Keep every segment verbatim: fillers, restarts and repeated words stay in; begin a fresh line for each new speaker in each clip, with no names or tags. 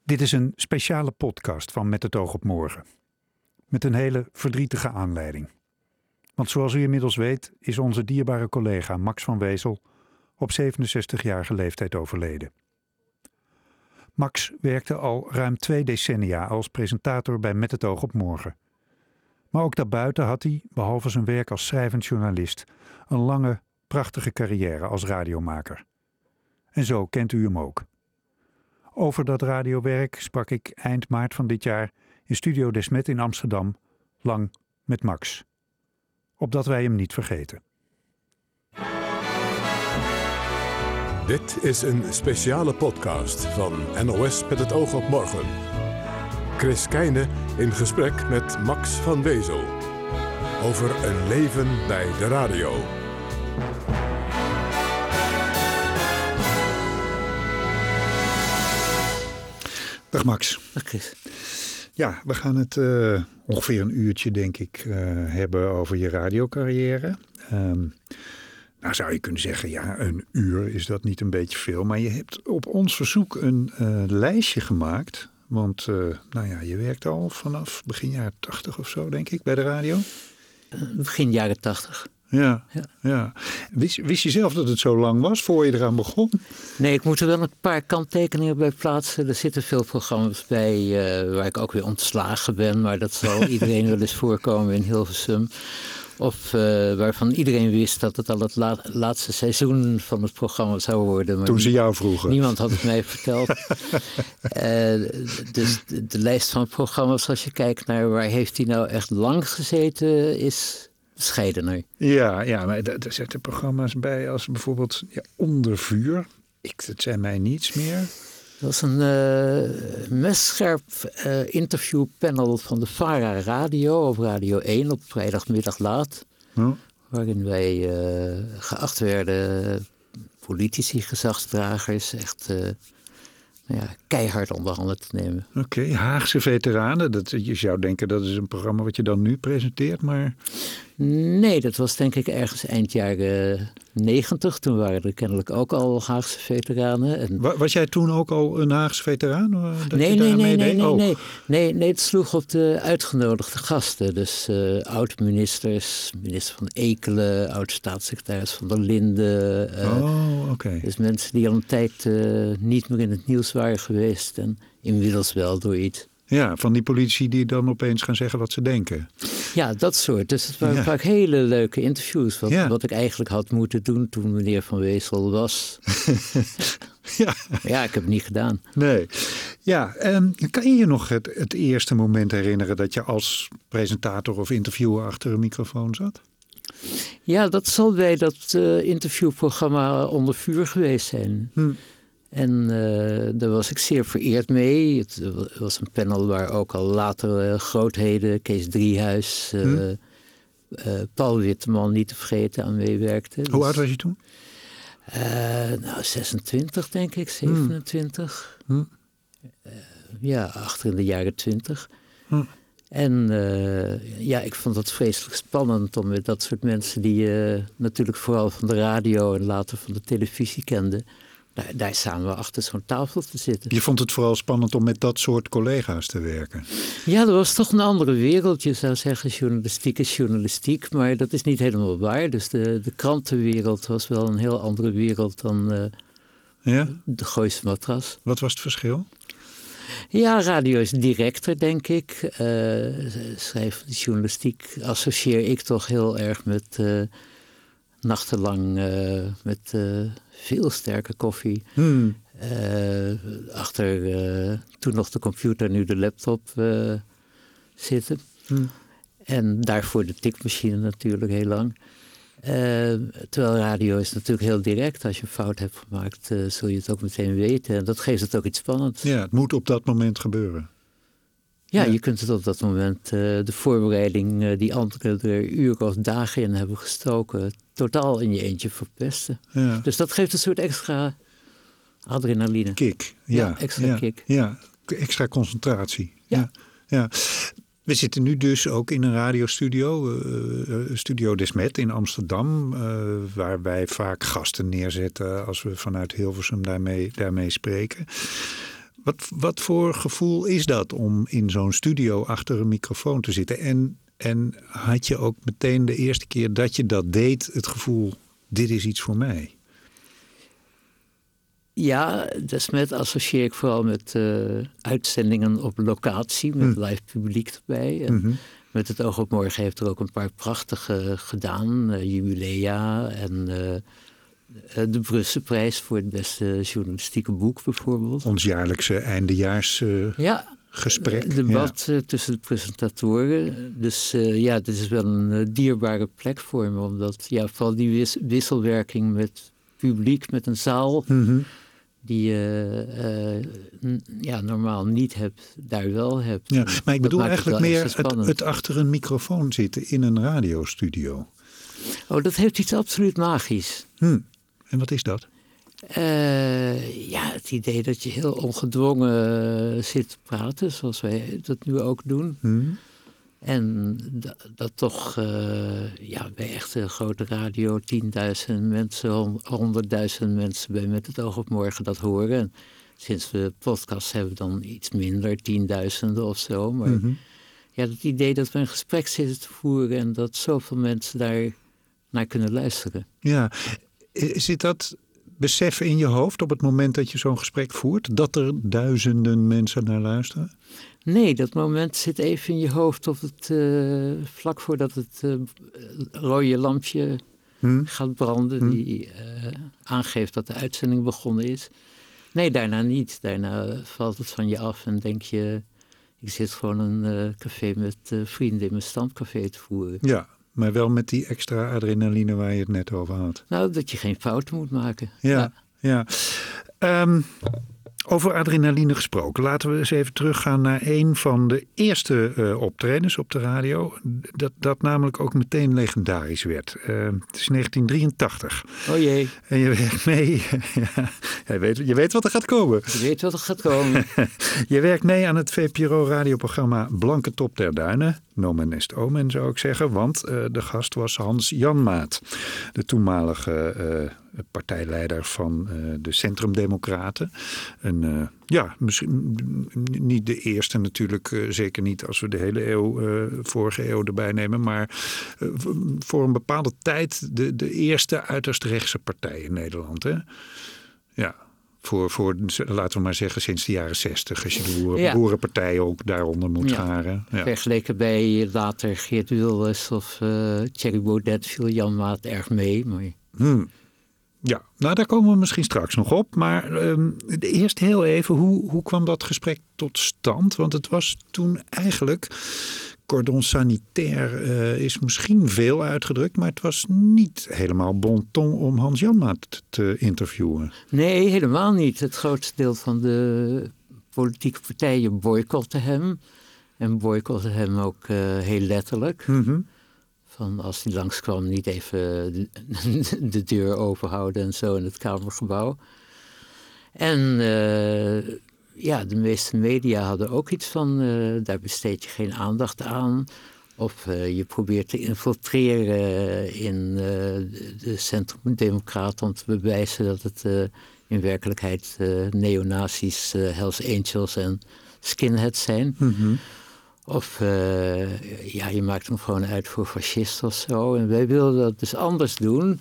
Dit is een speciale podcast van Met het oog op morgen. Met een hele verdrietige aanleiding. Want zoals u inmiddels weet is onze dierbare collega Max van Wezel op zevenenzestigjarige leeftijd overleden. Max werkte al ruim twee decennia als presentator bij Met het oog op morgen. Maar ook daarbuiten had hij, behalve zijn werk als schrijvend journalist, een lange, prachtige carrière als radiomaker. En zo kent u hem ook. Over dat radiowerk sprak ik eind maart van dit jaar in Studio Desmet in Amsterdam, lang met Max. Opdat wij hem niet vergeten.
Dit is een speciale podcast van N O S Met het oog op morgen. Chris Keine in gesprek met Max van Wezel. Over een leven bij de radio.
Dag Max.
Dag Chris.
Ja, we gaan het uh, ongeveer een uurtje denk ik uh, hebben over je radiocarrière. Um, nou zou je kunnen zeggen, ja, een uur is dat niet een beetje veel. Maar je hebt op ons verzoek een uh, lijstje gemaakt. Want uh, nou ja, je werkt al vanaf begin jaren tachtig of zo, denk ik, bij de radio.
Uh, begin jaren tachtig.
Ja, ja. ja. Wist, wist je zelf dat het zo lang was voor je eraan begon?
Nee, ik moet er wel een paar kanttekeningen bij plaatsen. Er zitten veel programma's bij uh, waar ik ook weer ontslagen ben. Maar dat zal iedereen wel eens voorkomen in Hilversum. Of uh, waarvan iedereen wist dat het al het la- laatste seizoen van het programma zou worden. Maar
toen ze jou vroegen.
Niemand had het mij verteld. uh, dus de, de lijst van programma's, als je kijkt naar waar heeft hij nou echt lang gezeten, is bescheidener.
Ja, ja, maar er zitten programma's bij als bijvoorbeeld ja, Onder Vuur. Ik, dat zijn mij niets meer.
Dat was een uh, messcherp uh, interviewpanel van de VARA Radio op Radio één op vrijdagmiddag laat. Hm. Waarin wij uh, geacht werden politici, gezagsdragers echt uh, nou ja, keihard onder handen te nemen.
Oké, okay, Haagse veteranen. Dat, je zou denken dat is een programma wat je dan nu presenteert, maar...
Nee, dat was denk ik ergens eind jaren negentig. Toen waren er kennelijk ook al Haagse veteranen. En...
Was jij toen ook al een Haagse veteraan? Dat
nee,
je
nee, nee, nee, nee,
oh.
nee, nee. Nee, het sloeg op de uitgenodigde gasten. Dus uh, oud-ministers, minister van Ekelen, oud-staatssecretaris van der Linden. Uh,
oh, oké. Okay.
Dus mensen die al een tijd uh, niet meer in het nieuws waren geweest. En inmiddels wel door iets.
Ja, van die politici die dan opeens gaan zeggen wat ze denken.
Ja, dat soort. Dus het waren ja. vaak hele leuke interviews. Wat, ja. wat ik eigenlijk had moeten doen toen meneer Van Wezel was. ja. ja, ik heb het niet gedaan.
Nee. Ja, um, kan je je nog het, het eerste moment herinneren dat je als presentator of interviewer achter een microfoon zat?
Ja, dat zal bij dat uh, interviewprogramma Onder Vuur geweest zijn. Hm. En uh, daar was ik zeer vereerd mee. Het was een panel waar ook al later uh, grootheden, Kees Driehuis, uh, hm. uh, Paul Witteman niet te vergeten aan meewerkte.
Hoe dus, oud was je toen?
Uh, nou, zesentwintig denk ik, zevenentwintig. Hm. Uh, ja, achter in de jaren twintig. Hm. En uh, ja, ik vond het vreselijk spannend om met dat soort mensen die je uh, natuurlijk vooral van de radio en later van de televisie kende, Daar, daar samen achter zo'n tafel te zitten.
Je vond het vooral spannend om met dat soort collega's te werken?
Ja, dat was toch een andere wereld. Je zou zeggen journalistiek is journalistiek, maar dat is niet helemaal waar. Dus de, de krantenwereld was wel een heel andere wereld dan uh, ja? de Gooise Matras.
Wat was het verschil?
Ja, radio is directer, denk ik. Uh, schrijvende journalistiek associeer ik toch heel erg met uh, nachtenlang uh, met... Uh, veel sterke koffie. Hmm. Uh, achter uh, toen nog de computer, nu de laptop uh, zitten. Hmm. En daarvoor de tikmachine natuurlijk heel lang. Uh, terwijl radio is natuurlijk heel direct. Als je een fout hebt gemaakt, uh, zul je het ook meteen weten. En dat geeft het ook iets spannends.
Ja, het moet op dat moment gebeuren.
Ja, ja. Je kunt het op dat moment, uh, de voorbereiding uh, die anderen er uren of dagen in hebben gestoken, totaal in je eentje verpesten. Ja. Dus dat geeft een soort extra adrenaline.
Kick, ja.
ja extra
ja,
kick.
Ja, extra concentratie.
Ja.
ja. ja. We zitten nu dus ook in een radiostudio, uh, Studio Desmet in Amsterdam, uh, waar wij vaak gasten neerzetten als we vanuit Hilversum daarmee, daarmee spreken. Wat, wat voor gevoel is dat om in zo'n studio achter een microfoon te zitten? En, en had je ook meteen de eerste keer dat je dat deed het gevoel, dit is iets voor mij?
Ja, Desmet associeer ik vooral met uh, uitzendingen op locatie, met mm. live publiek erbij. En mm-hmm. Met het oog op morgen heeft er ook een paar prachtige gedaan. Uh, jubilea en uh, de Brusselprijs voor het beste journalistieke boek bijvoorbeeld.
Ons jaarlijkse eindejaars uh,
ja,
gesprek.
Debat ja. uh, tussen de presentatoren. Dus uh, ja, dit is wel een uh, dierbare plek voor me. Omdat ja, vooral die wis- wisselwerking met publiek, met een zaal... Mm-hmm. die je uh, uh, ja, normaal niet hebt, daar wel hebt.
Ja, maar ik bedoel eigenlijk meer het, het achter een microfoon zitten in een radiostudio.
Oh, dat heeft iets absoluut magisch.
Hm. En wat is dat?
Uh, ja, het idee dat je heel ongedwongen zit te praten, zoals wij dat nu ook doen. Hm. En dat, dat toch uh, ja, bij echt een grote radio tienduizend mensen, honderdduizend mensen bij Met het oog op morgen dat horen. En sinds we podcasts hebben dan iets minder, tienduizenden of zo. Maar mm-hmm. ja, het idee dat we een gesprek zitten te voeren en dat zoveel mensen daar naar kunnen luisteren.
Ja, zit dat besef in je hoofd op het moment dat je zo'n gesprek voert? Dat er duizenden mensen naar luisteren?
Nee, dat moment zit even in je hoofd of het uh, vlak voordat het uh, rode lampje hmm. gaat branden, hmm. die uh, aangeeft dat de uitzending begonnen is. Nee, daarna niet. Daarna valt het van je af en denk je, ik zit gewoon een uh, café met uh, vrienden in mijn standcafé te voeren.
Ja, maar wel met die extra adrenaline waar je het net over had.
Nou, dat je geen fouten moet maken.
Ja, ja. ja. Um, Over adrenaline gesproken. Laten we eens even teruggaan naar een van de eerste uh, optredens op de radio. Dat, dat namelijk ook meteen legendarisch werd. Uh, het is negentien drieëntachtig.
Oh jee.
En je werkt mee. ja, je, weet, je weet wat er gaat komen.
Je weet wat er gaat komen.
Je werkt mee aan het V P R O radioprogramma Blanke Top der Duinen. Nomen est omen zou ik zeggen. Want uh, de gast was Hans Janmaat. De toenmalige uh, partijleider van uh, de Centrumdemocraten. En uh, ja, misschien niet de eerste natuurlijk. Uh, zeker niet als we de hele eeuw, uh, vorige eeuw erbij nemen. Maar uh, voor een bepaalde tijd de, de eerste uiterst rechtse partij in Nederland. Hè? Ja. Voor, voor, laten we maar zeggen, sinds de jaren zestig. Als je de boeren, ja. boerenpartij ook daaronder moet
ja.
scharen. Ja.
Vergeleken bij later Geert Wilders of uh, Thierry Baudet viel Janmaat erg mee. Maar...
Hmm. Ja, nou daar komen we misschien straks nog op. Maar um, eerst heel even, hoe, hoe kwam dat gesprek tot stand? Want het was toen eigenlijk... Cordon sanitair uh, is misschien veel uitgedrukt, maar het was niet helemaal bon ton om Hans Janmaat te interviewen.
Nee, helemaal niet. Het grootste deel van de politieke partijen boycotten hem. En boycotten hem ook uh, heel letterlijk. Mm-hmm. Van als hij langskwam niet even de, de deur openhouden en zo in het Kamergebouw. En... Uh, Ja, de meeste media hadden ook iets van, uh, daar besteed je geen aandacht aan. Of uh, je probeert te infiltreren in uh, de, de Centrumdemocraten om te bewijzen dat het uh, in werkelijkheid uh, neonazis, uh, Hells Angels en skinheads zijn. Mm-hmm. Of uh, ja, je maakt hem gewoon uit voor fascisten of zo. En wij wilden dat dus anders doen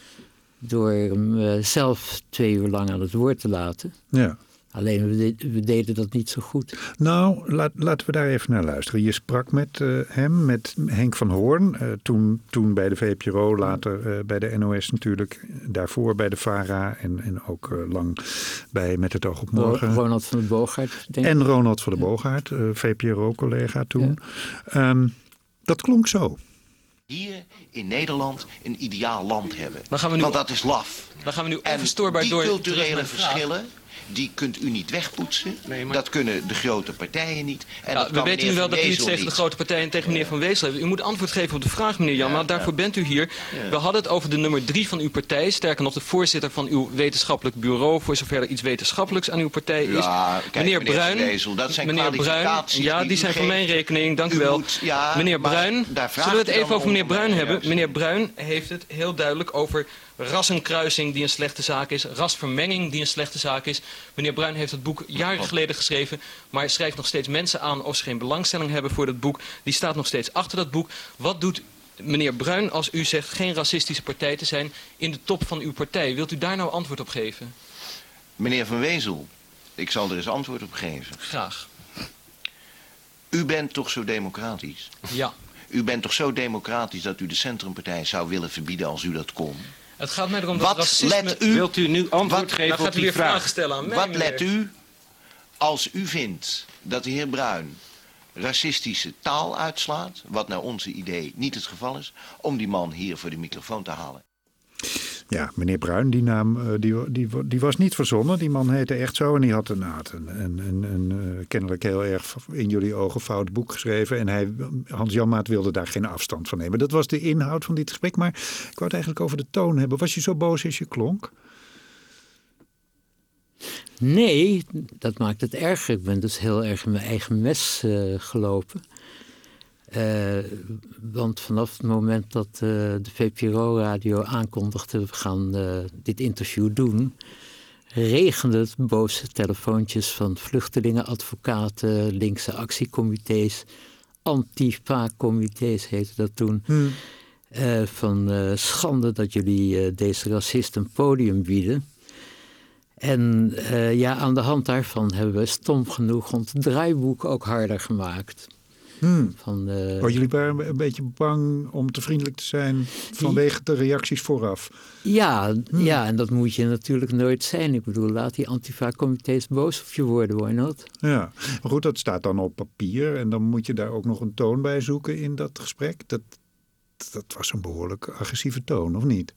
door hem uh, zelf twee uur lang aan het woord te laten. Ja. Alleen we, de, we deden dat niet zo goed.
Nou, laat, laten we daar even naar luisteren. Je sprak met uh, hem, met Henk van Hoorn. Uh, toen, toen bij de V P R O, later uh, bij de N O S natuurlijk. Daarvoor bij de VARA en, en ook uh, lang bij Met het oog op morgen.
Ronald van der Boogaard, denk ik.
En Ronald van der Boogaard, uh, V P R O-collega toen. Ja. Um, dat klonk zo.
Hier in Nederland een ideaal land hebben.
Dan gaan we nu,
Want dat is laf.
Dan gaan we nu
en
onverstoorbaar
die
door...
Die culturele verschillen... Die kunt u niet wegpoetsen. Nee, maar... Dat kunnen de grote partijen niet. En
ja,
dat
we weten nu wel dat u iets tegen
niet.
de grote partijen en tegen meneer ja. Van Wezel heeft. U moet antwoord geven op de vraag, meneer Jan. Ja, maar daarvoor ja. bent u hier. Ja. We hadden het over de nummer drie van uw partij. Sterker nog, de voorzitter van uw wetenschappelijk bureau. Voor zover er iets wetenschappelijks aan uw partij is.
Ja, kijk,
meneer,
meneer
Bruin.
Wezel, dat zijn
meneer Bruin. Ja, die, die zijn van mijn rekening. Dank u, u wel. Moet, ja, meneer Bruin. Zullen we het even over meneer Bruin hebben? Meneer Bruin heeft het heel duidelijk over rassenkruising die een slechte zaak is, rasvermenging die een slechte zaak is. Meneer Bruin heeft het boek jaren geleden geschreven, maar schrijft nog steeds mensen aan of ze geen belangstelling hebben voor dat boek. Die staat nog steeds achter dat boek. Wat doet meneer Bruin als u zegt geen racistische partij te zijn in de top van uw partij? Wilt u daar nou antwoord op geven?
Meneer Van Wezel, ik zal er eens antwoord op geven.
Graag.
U bent toch zo democratisch?
Ja.
U bent toch zo democratisch dat u de Centrumpartij zou willen verbieden als u dat kon?
Het gaat mij erom dat
Wat
racisme...
let u...
Wilt u nu antwoord
wat,
geven
nou
op
gaat u
die
weer
vraag?
vragen stellen aan mij,
Wat
meneer.
let u als u vindt dat de heer Bruin racistische taal uitslaat, wat naar onze idee niet het geval is, om die man hier voor de microfoon te halen?
Ja, meneer Bruin, die naam uh, die, die, die was niet verzonnen. Die man heette echt zo en die had een, een, een, een, een uh, kennelijk heel erg in jullie ogen fout boek geschreven. En hij, Hans Janmaat wilde daar geen afstand van nemen. Dat was de inhoud van dit gesprek. Maar ik wou het eigenlijk over de toon hebben. Was je zo boos als je klonk?
Nee, dat maakt het erger. Ik ben dus heel erg in mijn eigen mes uh, gelopen. Uh, want vanaf het moment dat uh, de V P R O-radio aankondigde, we gaan uh, dit interview doen, regende het boze telefoontjes van vluchtelingenadvocaten, linkse actiecomité's, Antifa-comité's heette dat toen. Hmm. Uh, van uh, schande dat jullie uh, deze racisten een podium bieden. En uh, ja, aan de hand daarvan hebben we stom genoeg ons draaiboek ook harder gemaakt.
Hmm.
Van, uh,
oh, jullie waren een beetje bang om te vriendelijk te zijn vanwege de reacties vooraf.
Ja,
hmm.
ja, en dat moet je natuurlijk nooit zijn. Ik bedoel, laat die Antifa-comité's boos op je worden, why not?
Ja, maar goed, dat staat dan op papier en dan moet je daar ook nog een toon bij zoeken in dat gesprek. Dat, dat was een behoorlijk agressieve toon, of niet?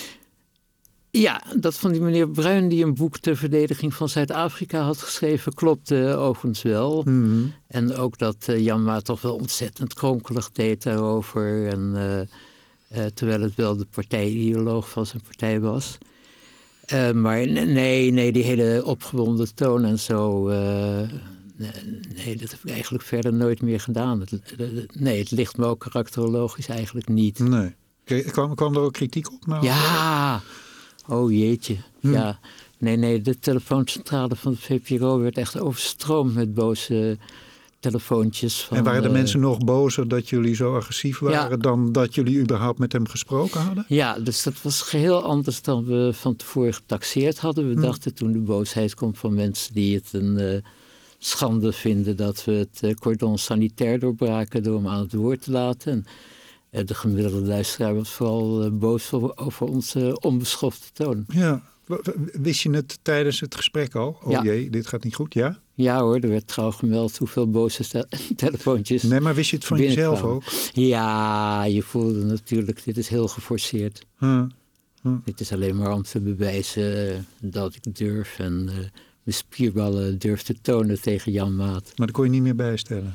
Ja, dat van die meneer Bruin die een boek ter verdediging van Zuid-Afrika had geschreven, klopte overigens wel. Mm-hmm. En ook dat uh, Janmaat toch wel ontzettend kronkelig deed daarover. En, uh, uh, terwijl het wel de partijideoloog van zijn partij was. Uh, maar nee, nee, die hele opgewonden toon en zo. Uh, nee, dat heb ik eigenlijk verder nooit meer gedaan. Het, nee, het ligt me ook karakterologisch eigenlijk niet.
Nee. Kwam, kwam er ook kritiek op? Nou?
Ja. Oh jeetje, hm. ja. Nee, nee, de telefooncentrale van de V P R O werd echt overstroomd met boze telefoontjes. Van,
en waren de
uh,
mensen nog bozer dat jullie zo agressief waren
ja.
dan dat jullie überhaupt met hem gesproken hadden?
Ja, dus dat was geheel anders dan we van tevoren getaxeerd hadden. We hm. dachten toen de boosheid komt van mensen die het een uh, schande vinden dat we het uh, cordon sanitair doorbraken door hem aan het woord te laten. En, de gemiddelde luisteraar was vooral uh, boos over, over onze onbeschofte toon.
Ja, wist je het tijdens het gesprek al? Oh
ja.
jee, dit gaat niet goed, ja?
Ja hoor, er werd trouw gemeld hoeveel boze te- telefoontjes.
Nee, maar wist je het van jezelf ook?
Ja, je voelde natuurlijk, dit is heel geforceerd.
Huh. Huh.
Dit is alleen maar om te bewijzen uh, dat ik durf en uh, mijn spierballen durf te tonen tegen Janmaat.
Maar dat kon je niet meer bijstellen?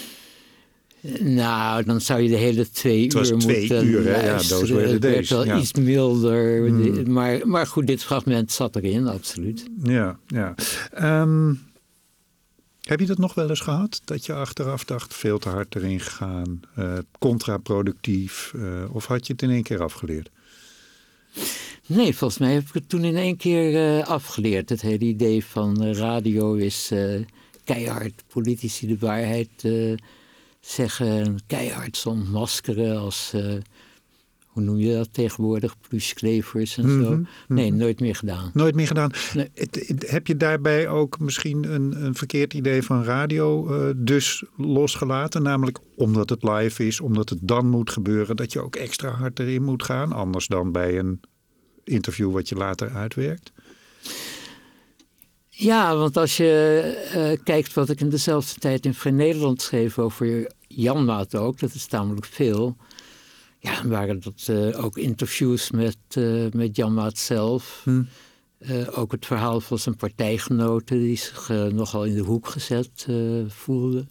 Nou, dan zou je de hele twee
het was
uur
twee
moeten
uur, hè?
luisteren.
Ja,
het werd wel
ja.
iets milder.
Hmm.
Maar, maar goed, dit fragment zat erin, absoluut.
Ja, ja. Um, heb je dat nog wel eens gehad? Dat je achteraf dacht, veel te hard erin gegaan, uh, contraproductief. Uh, of had je het in één keer afgeleerd?
Nee, volgens mij heb ik het toen in één keer uh, afgeleerd. Het hele idee van uh, radio is uh, keihard politici de waarheid uh, zeggen, keihard ontmaskeren als, uh, hoe noem je dat tegenwoordig, plusklevers en mm-hmm, zo. Nee, mm-hmm. nooit meer gedaan.
Nooit meer gedaan.
Nee.
Het, het, heb je daarbij ook misschien een, een verkeerd idee van radio uh, dus losgelaten? Namelijk omdat het live is, omdat het dan moet gebeuren, dat je ook extra hard erin moet gaan, anders dan bij een interview wat je later uitwerkt?
Ja, want als je uh, kijkt wat ik in dezelfde tijd in Vrij Nederland schreef over Janmaat ook, dat is tamelijk veel. Ja, dan waren dat uh, ook interviews met, uh, met Janmaat zelf. Hm. Uh, ook het verhaal van zijn partijgenoten die zich uh, nogal in de hoek gezet uh, voelden.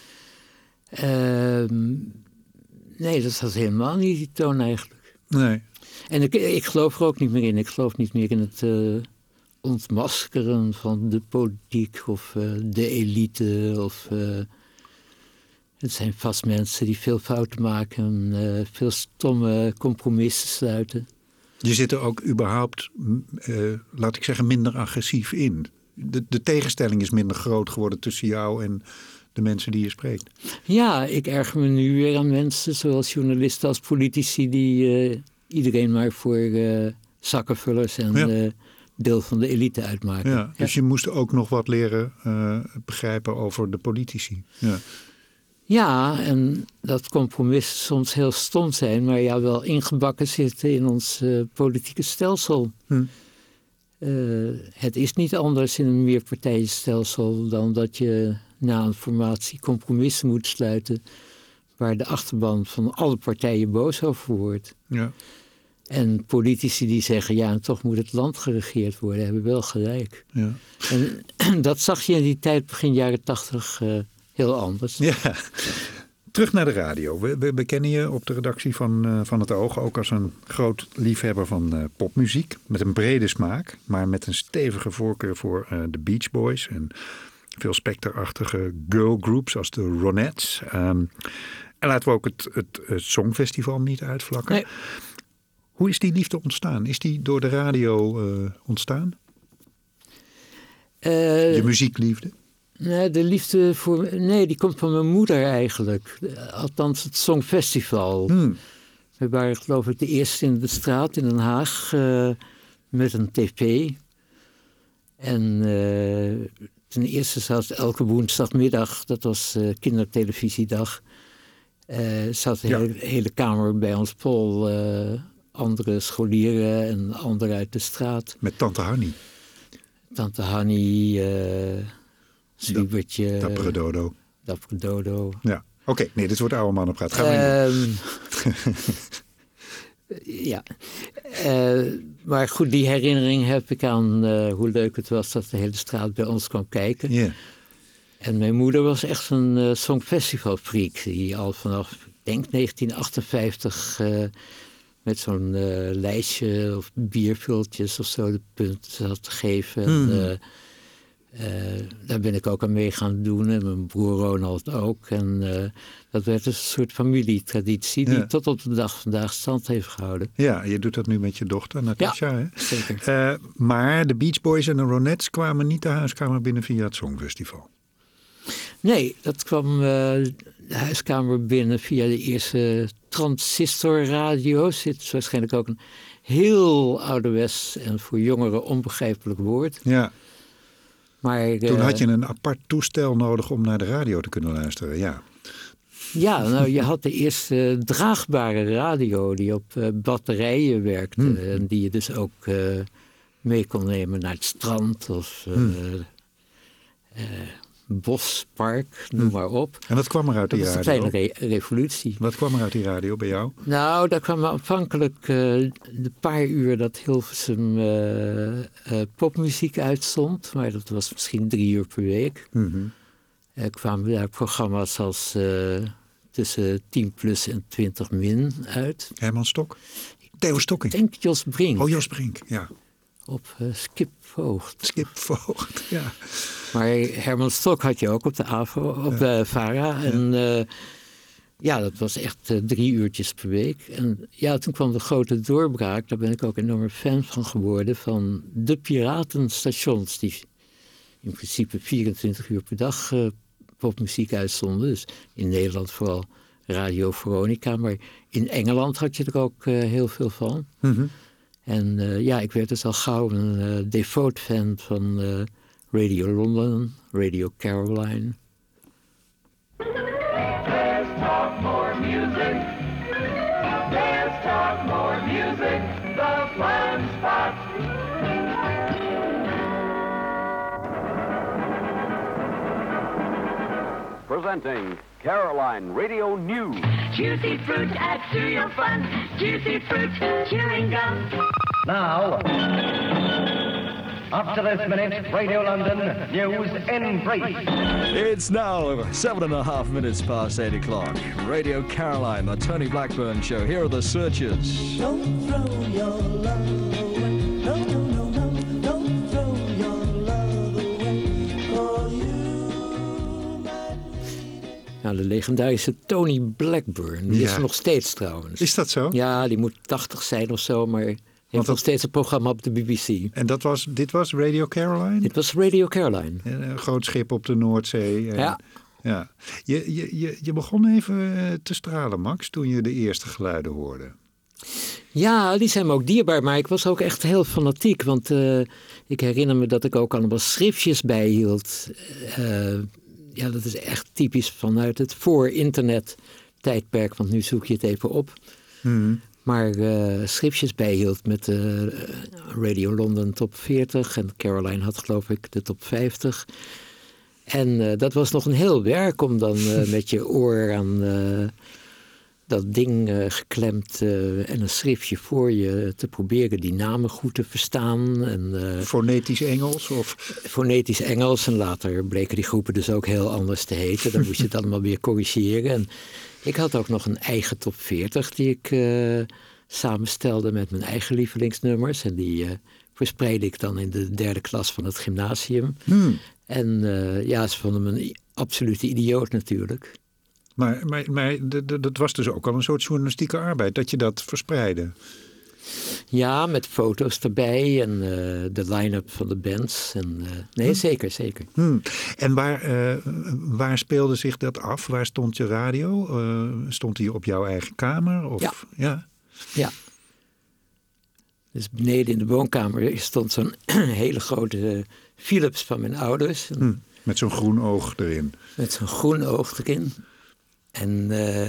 Uh, nee, dat was helemaal niet die toon eigenlijk.
Nee.
En ik, ik geloof er ook niet meer in. Ik geloof niet meer in het uh, ontmaskeren van de politiek of uh, de elite. Of, uh, het zijn vast mensen die veel fouten maken en uh, veel stomme compromissen sluiten.
Je zit er ook überhaupt, uh, laat ik zeggen, minder agressief in. De, de tegenstelling is minder groot geworden tussen jou en de mensen die je spreekt.
Ja, ik erger me nu weer aan mensen, zoals journalisten als politici, die uh, iedereen maar voor uh, zakkenvullers en ja. uh, deel van de elite uitmaken.
Ja, dus ja. je moest ook nog wat leren uh, begrijpen over de politici. Ja.
Ja, en dat compromissen soms heel stom zijn, maar ja, wel ingebakken zitten in ons uh, politieke stelsel. Hm. Uh, het is niet anders in een meerpartijenstelsel dan dat je na een formatie compromissen moet sluiten waar de achterban van alle partijen boos over wordt. Ja. En politici die zeggen, ja, en toch moet het land geregeerd worden, hebben wel gelijk. Ja. En dat zag je in die tijd, begin jaren tachtig, uh, heel anders.
Ja. Terug naar de radio. We, we, we kennen je op de redactie van, uh, van Het Oog ook als een groot liefhebber van uh, popmuziek. Met een brede smaak, maar met een stevige voorkeur voor uh, de Beach Boys en veel specterachtige girlgroups als de Ronettes. Um, en laten we ook het, het, het Songfestival niet uitvlakken. Nee. Hoe is die liefde ontstaan? Is die door de radio uh, ontstaan? Uh, je muziekliefde?
Nee, de liefde voor. Nee, die komt van mijn moeder eigenlijk. Althans, het Songfestival. Hmm. We waren, geloof ik, de eerste in de straat in Den Haag uh, met een tv. En uh, ten eerste zat elke woensdagmiddag, dat was uh, kindertelevisiedag, uh, zat de ja. hele, hele kamer bij ons Pol. Uh, andere scholieren en anderen uit de straat.
Met Tante Hannie?
Tante Hannie, uh, Zwiebertje.
Dappere Dodo.
Dappere Dodo.
Ja, oké. Okay. Nee, dit wordt oude man op praat. Gaan we um,
Ja. Uh, maar goed, die herinnering heb ik aan uh, hoe leuk het was dat de hele straat bij ons kwam kijken. Yeah. En mijn moeder was echt een uh, songfestivalfreak. Die al vanaf, ik denk negentien achtenvijftig... Uh, met zo'n uh, lijstje of biervultjes of zo de punten had te geven. Mm. En, uh, uh, daar ben ik ook aan mee gaan doen. En mijn broer Ronald ook. En uh, dat werd dus een soort familietraditie die ja. tot op de dag vandaag stand heeft gehouden.
Ja, je doet dat nu met je dochter, Natasja.
Ja,
hè?
Zeker.
Uh, maar de Beach Boys en de Ronettes kwamen niet de huiskamer binnen via het Songfestival.
Nee, dat kwam uh, de huiskamer binnen via de eerste transistorradio's. Het is waarschijnlijk ook een heel ouderwets en voor jongeren onbegrijpelijk woord. Ja.
Maar, Toen uh, had je een apart toestel nodig om naar de radio te kunnen luisteren, ja.
Ja, nou, je had de eerste draagbare radio die op uh, batterijen werkte. Hmm. En die je dus ook uh, mee kon nemen naar het strand of uh, hmm. uh, bospark, noem hmm. maar op.
En wat kwam er uit die radio?
Dat was een kleine re- revolutie.
Wat kwam er uit die radio bij jou?
Nou, daar kwam aanvankelijk uh, de paar uur dat Hilversum uh, uh, popmuziek uitzond. Maar dat was misschien drie uur per week. Mm-hmm. Er kwamen daar programma's als uh, tussen tien plus en twintig min uit.
Herman Stok? Theo Stokking?
Ik denk Jos Brink.
Oh, Jos Brink, ja.
Op uh, Skip Voogd.
Skip Voogd, ja.
Maar Herman Stok had je ook op de AVRO, op de ja. VARA. En uh, ja, dat was echt uh, drie uurtjes per week. En ja, toen kwam de grote doorbraak. Daar ben ik ook enorm fan van geworden. Van de piratenstations die in principe vierentwintig uur per dag uh, popmuziek uitzonden. Dus in Nederland vooral Radio Veronica. Maar in Engeland had je er ook uh, heel veel van. Mm-hmm. En uh, ja, ik werd dus al gauw een uh, devoot fan van uh, Radio London, Radio Caroline.
Let's talk more music. Let's talk more music. The fun spot.
Presenting Caroline Radio News.
Juicy fruit adds to your fun. Juicy fruit chewing gum.
Now, up to this minute, Radio London news in brief.
It's now seven and a half minutes past eight o'clock. Radio Caroline, the Tony Blackburn Show. Here are the Searchers.
Don't throw your love away. No, no, no, no. Don't throw your love away. For you,
nou, de legendarische Tony Blackburn. Die ja. is er nog steeds trouwens.
Is dat zo?
Ja, die moet tachtig zijn of zo, maar Heeft nog steeds een programma op de B B C.
En dat was, dit was Radio Caroline?
Dit was Radio Caroline.
Een groot schip op de Noordzee. En,
ja.
ja. Je, je, je, je begon even te stralen, Max, toen je de eerste geluiden hoorde.
Ja, die zijn me ook dierbaar, maar ik was ook echt heel fanatiek. Want uh, ik herinner me dat ik ook allemaal schriftjes bijhield. Uh, ja, dat is echt typisch vanuit het voor-internet tijdperk, want nu zoek je het even op.
Hmm.
Maar uh, schriftjes bijhield met uh, Radio London top veertig en Caroline had geloof ik de top vijftig. En uh, dat was nog een heel werk om dan uh, met je oor aan uh, dat ding uh, geklemd uh, en een schriftje voor je te proberen die namen goed te verstaan. En, uh,
Fonetisch Engels? Of?
Fonetisch Engels en later bleken die groepen dus ook heel anders te heten. Dan moest je het allemaal weer corrigeren. En ik had ook nog een eigen top veertig die ik uh, samenstelde met mijn eigen lievelingsnummers. En die uh, verspreidde ik dan in de derde klas van het gymnasium.
Hmm.
En uh, ja, ze vonden me een absolute idioot natuurlijk.
Maar, maar, maar de, de, dat was dus ook al een soort journalistieke arbeid, dat je dat verspreidde.
Ja, met foto's erbij en uh, de line-up van de bands. En, uh, nee, hm. zeker, zeker.
Hm. En waar, uh, waar speelde zich dat af? Waar stond je radio? Uh, stond die op jouw eigen kamer? Of?
Ja.
ja.
Ja. Dus beneden in de woonkamer stond zo'n hele grote Philips van mijn ouders.
Hm. Met zo'n groen oog erin.
Met zo'n groen oog erin. En, uh,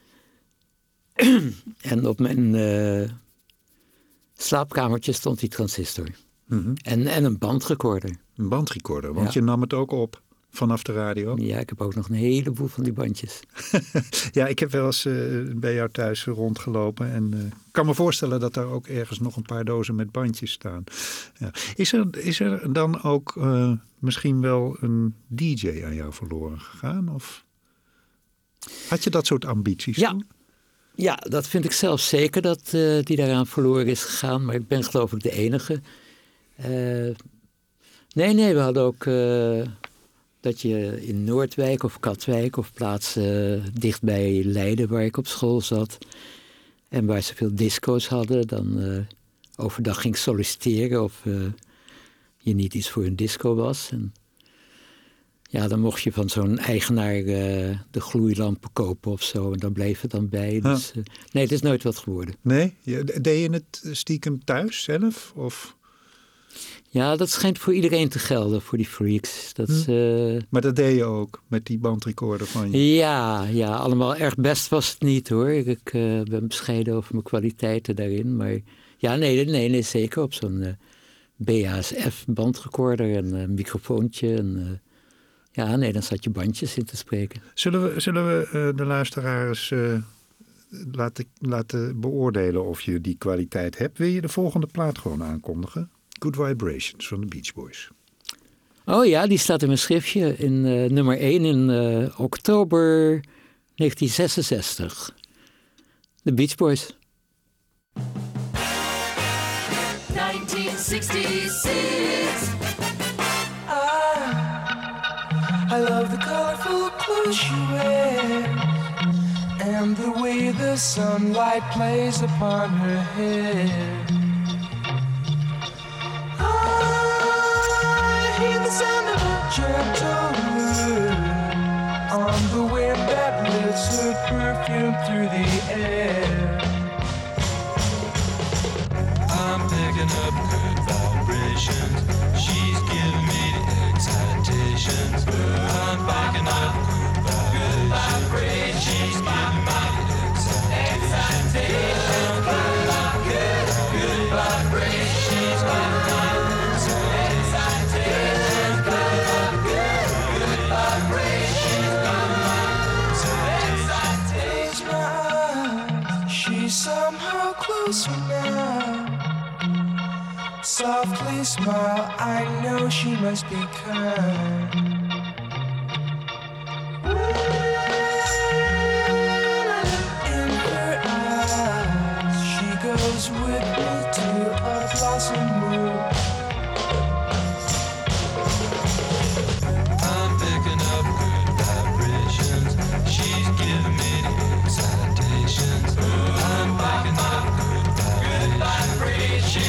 en op mijn uh, slaapkamertje stond die transistor.
Mm-hmm.
En, en een bandrecorder.
Een bandrecorder, want
ja.
je nam het ook op vanaf de radio.
Ja, ik heb ook nog een heleboel van die bandjes.
Ja, ik heb wel eens uh, bij jou thuis rondgelopen. En ik uh, kan me voorstellen dat daar ook ergens nog een paar dozen met bandjes staan. Ja. Is, er, is er dan ook uh, misschien wel een D J aan jou verloren gegaan? Of had je dat soort ambities
ja.
toen? Ja,
dat vind ik zelf zeker dat uh, die daaraan verloren is gegaan. Maar ik ben geloof ik de enige. Uh, nee, nee, we hadden ook uh, dat je in Noordwijk of Katwijk of plaatsen uh, dichtbij Leiden waar ik op school zat. En waar ze veel disco's hadden, dan uh, overdag ging solliciteren of uh, je niet iets voor een disco was. En ja, dan mocht je van zo'n eigenaar uh, de gloeilampen kopen of zo. En dan bleef het dan bij. Dus, uh, nee, het is nooit wat geworden.
Nee? Deed je het stiekem thuis zelf? Of?
Ja, dat schijnt voor iedereen te gelden, voor die freaks. Dat,
hm.
uh...
Maar dat deed je ook met die bandrecorder van je?
Ja, ja, allemaal erg best was het niet hoor. Ik uh, ben bescheiden over mijn kwaliteiten daarin. Maar ja, nee, nee, nee zeker op zo'n uh, B A S F bandrecorder en een uh, microfoontje en... Uh, Ja, nee, dan zat je bandjes in te spreken.
Zullen we, zullen we uh, de luisteraars uh, laten, laten beoordelen of je die kwaliteit hebt? Wil je de volgende plaat gewoon aankondigen? Good Vibrations van de Beach Boys.
Oh ja, die staat in mijn schriftje in uh, nummer één in uh, oktober negentien zesenzestig. De Beach Boys.
nineteen sixty-six. I love the colorful clothes she wears and the way the sunlight plays upon her hair. I hear the sound of a gentle wind on the wind that lifts her perfume through the air. I'm picking up good vibrations. She's giving me the excitations. I'm picking up good vibrations. She's giving me the excitations. Good, good vibrations. She's giving me the excitations. Good, good vibrations. She's giving me the excitations. She's somehow closer now. Softly smile, I know she must be kind. In her eyes, she goes with me to a blossom room. I'm picking up good vibrations. She's giving me the excitations. I'm picking up good vibrations.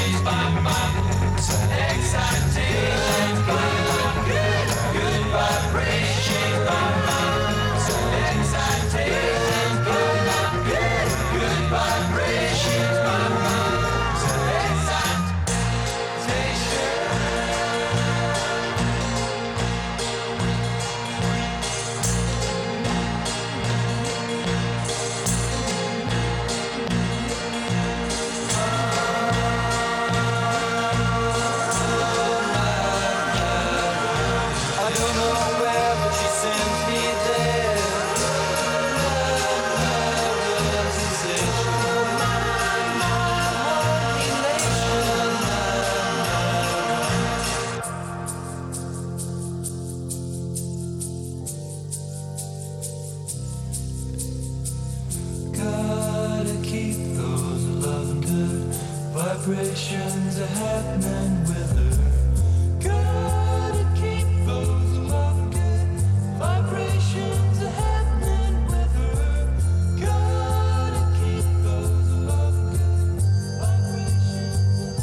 vibrations are happening with her. Gotta keep those love good vibrations are happening with her. Gotta keep those love good vibrations.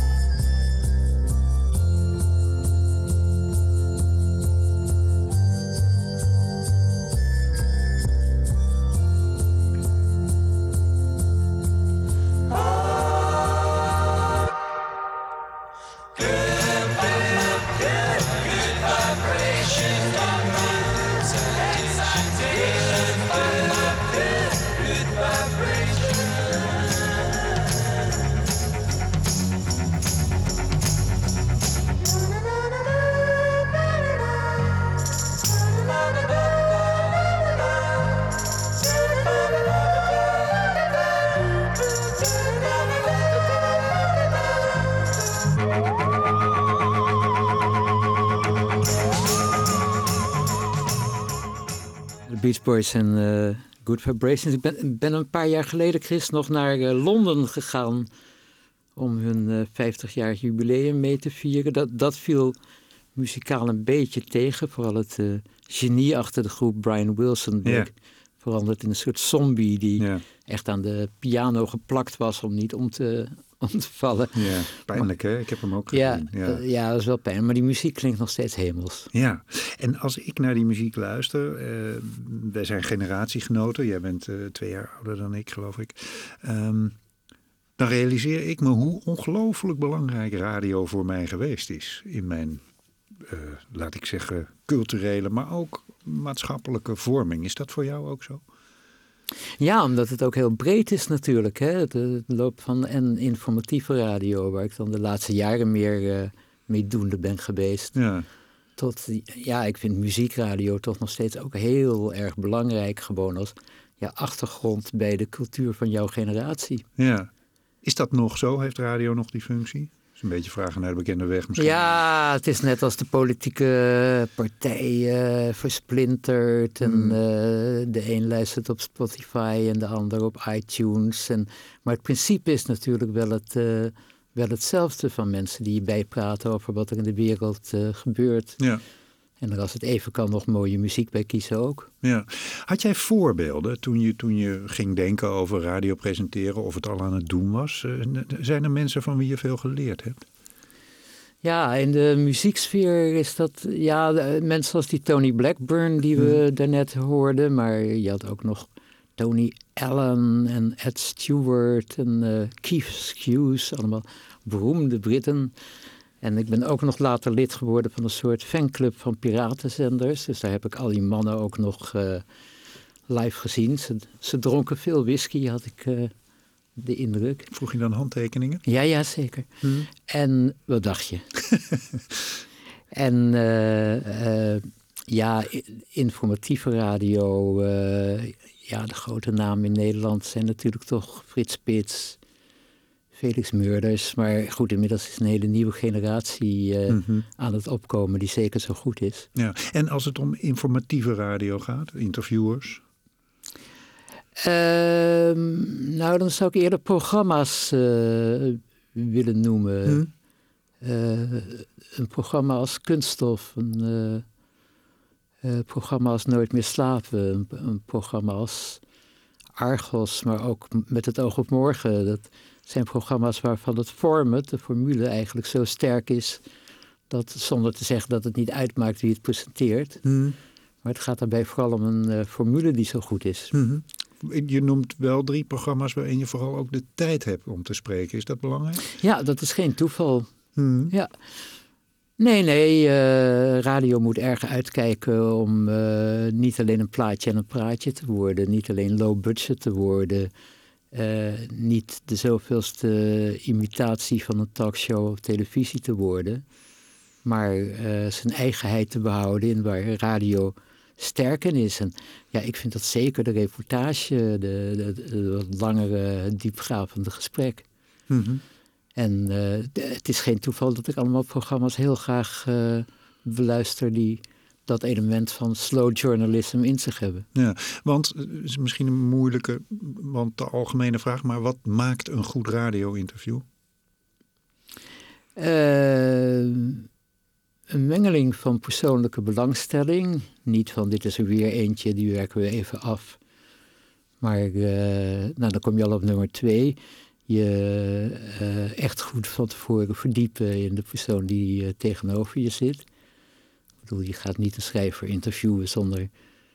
Beach Boys en uh, Good Vibrations. Ik ben, ben een paar jaar geleden, Chris, nog naar uh, Londen gegaan om hun uh, vijftig-jarig jubileum mee te vieren. Dat, dat viel muzikaal een beetje tegen. Vooral het uh, genie achter de groep Brian Wilson. Ja. Veranderd in een soort zombie die ja. echt aan de piano geplakt was om niet om te, om te vallen.
Ja, pijnlijk maar, hè? Ik heb hem ook gezien.
Ja, ja. Uh, ja, dat is wel pijnlijk. Maar die muziek klinkt nog steeds hemels.
Ja, en als ik naar die muziek luister, uh, wij zijn generatiegenoten. Jij bent uh, twee jaar ouder dan ik, geloof ik. Um, dan realiseer ik me hoe ongelooflijk belangrijk radio voor mij geweest is. In mijn, uh, laat ik zeggen, culturele, maar ook maatschappelijke vorming. Is dat voor jou ook zo?
Ja, omdat het ook heel breed is natuurlijk. Hè? Het, het loop van en informatieve radio, waar ik dan de laatste jaren meer uh, mee doende ben geweest. Ja. Tot, ja, ik vind muziekradio toch nog steeds ook heel erg belangrijk. Gewoon als ja, achtergrond bij de cultuur van jouw generatie.
Ja. Is dat nog zo? Heeft radio nog die functie? Een beetje vragen naar de bekende weg misschien.
Ja, het is net als de politieke partijen versplinterd. En mm. uh, de een luistert op Spotify en de ander op iTunes. En, maar het principe is natuurlijk wel, het, uh, wel hetzelfde van mensen die bijpraten over wat er in de wereld uh, gebeurt. Ja. En er als het even kan nog mooie muziek bij kiezen ook.
Ja. Had jij voorbeelden toen je, toen je ging denken over radio presenteren of het al aan het doen was? Zijn er mensen van wie je veel geleerd hebt?
Ja, in de muzieksfeer is dat... Ja, mensen zoals die Tony Blackburn die we hmm. daarnet hoorden. Maar je had ook nog Tony Allen en Ed Stewart en uh, Keith Hughes. Allemaal beroemde Britten. En ik ben ook nog later lid geworden van een soort fanclub van piratenzenders. Dus daar heb ik al die mannen ook nog uh, live gezien. Ze, ze dronken veel whisky, had ik uh, de indruk.
Vroeg je dan handtekeningen?
Ja, ja, zeker. Hmm. En wat dacht je? en uh, uh, ja, informatieve radio. Uh, ja, de grote namen in Nederland zijn natuurlijk toch Frits Spits, Felix Meurders, maar goed, inmiddels is een hele nieuwe generatie uh, mm-hmm. aan het opkomen die zeker zo goed is.
Ja, en als het om informatieve radio gaat, interviewers?
Uh, nou, dan zou ik eerder programma's uh, willen noemen. Hmm. Uh, een programma als Kunststof, een uh, uh, programma als Nooit meer slapen, een, een programma als Argos, maar ook Met het oog op morgen. Dat zijn programma's waarvan het format, de formule eigenlijk zo sterk is, dat zonder te zeggen dat het niet uitmaakt wie het presenteert. Hmm. Maar het gaat daarbij vooral om een uh, formule die zo goed is.
Hmm. Je noemt wel drie programma's waarin je vooral ook de tijd hebt om te spreken. Is dat belangrijk?
Ja, dat is geen toeval. Hmm. Ja. Nee, nee, uh, radio moet erg uitkijken om uh, niet alleen een plaatje en een praatje te worden. Niet alleen low budget te worden. Uh, niet de zoveelste imitatie van een talkshow op televisie te worden. Maar uh, zijn eigenheid te behouden in waar radio sterk in is. En ja, ik vind dat zeker de reportage, de, de, de, de wat langere, diepgravende gesprek. Mm-hmm. En uh, de, het is geen toeval dat ik allemaal programma's heel graag uh, beluister die dat element van slow journalism in zich hebben.
Ja, want het is misschien een moeilijke, want de algemene vraag, maar wat maakt een goed radio-interview?
Uh, een mengeling van persoonlijke belangstelling. Niet van dit is er weer eentje, die werken we even af. Maar uh, nou, dan kom je al op nummer twee. Je uh, echt goed van tevoren verdiepen in de persoon die uh, tegenover je zit. Ik bedoel, je gaat niet een schrijver interviewen zonder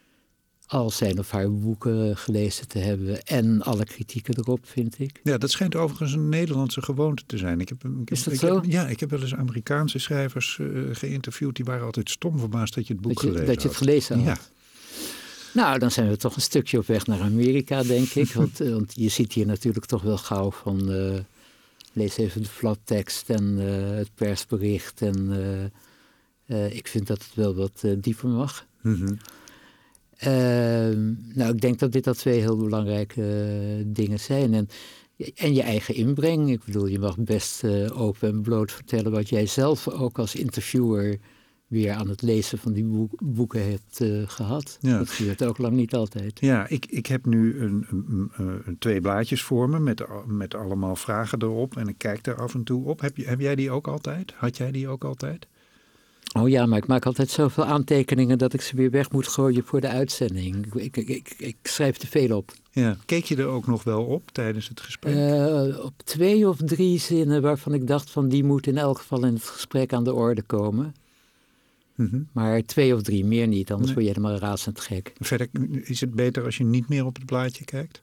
al zijn of haar boeken gelezen te hebben en alle kritieken erop, vind ik.
Ja, dat schijnt overigens een Nederlandse gewoonte te zijn. Ik heb, ik heb,
Is dat
ik
zo?
Heb, ja, ik heb wel eens Amerikaanse schrijvers uh, geïnterviewd. Die waren altijd stom verbaasd dat je het boek
dat je,
gelezen had.
Dat je het gelezen had.
Ja.
Nou, dan zijn we toch een stukje op weg naar Amerika, denk ik. Want, want je ziet hier natuurlijk toch wel gauw van... Uh, lees even de flaptekst en uh, het persbericht. En uh, uh, ik vind dat het wel wat uh, dieper mag.
Mm-hmm.
Uh, nou, ik denk dat dit al twee heel belangrijke uh, dingen zijn. En, en je eigen inbreng. Ik bedoel, je mag best uh, open en bloot vertellen wat jij zelf ook als interviewer weer aan het lezen van die boek, boeken hebt uh, gehad. Ja. Dat gebeurt ook lang niet altijd.
Ja, ik, ik heb nu een, een, een, een twee blaadjes voor me met, met allemaal vragen erop. En ik kijk daar af en toe op. Heb, je, heb jij die ook altijd? Had jij die ook altijd?
Oh ja, maar ik maak altijd zoveel aantekeningen dat ik ze weer weg moet gooien voor de uitzending. Ik, ik, ik, ik schrijf te veel op.
Ja. Keek je er ook nog wel op tijdens het gesprek?
Uh, op twee of drie zinnen waarvan ik dacht van die moet in elk geval in het gesprek aan de orde komen. Mm-hmm. Maar twee of drie, meer niet, anders nee. word je helemaal razend gek.
Verder is het beter als je niet meer op het blaadje kijkt?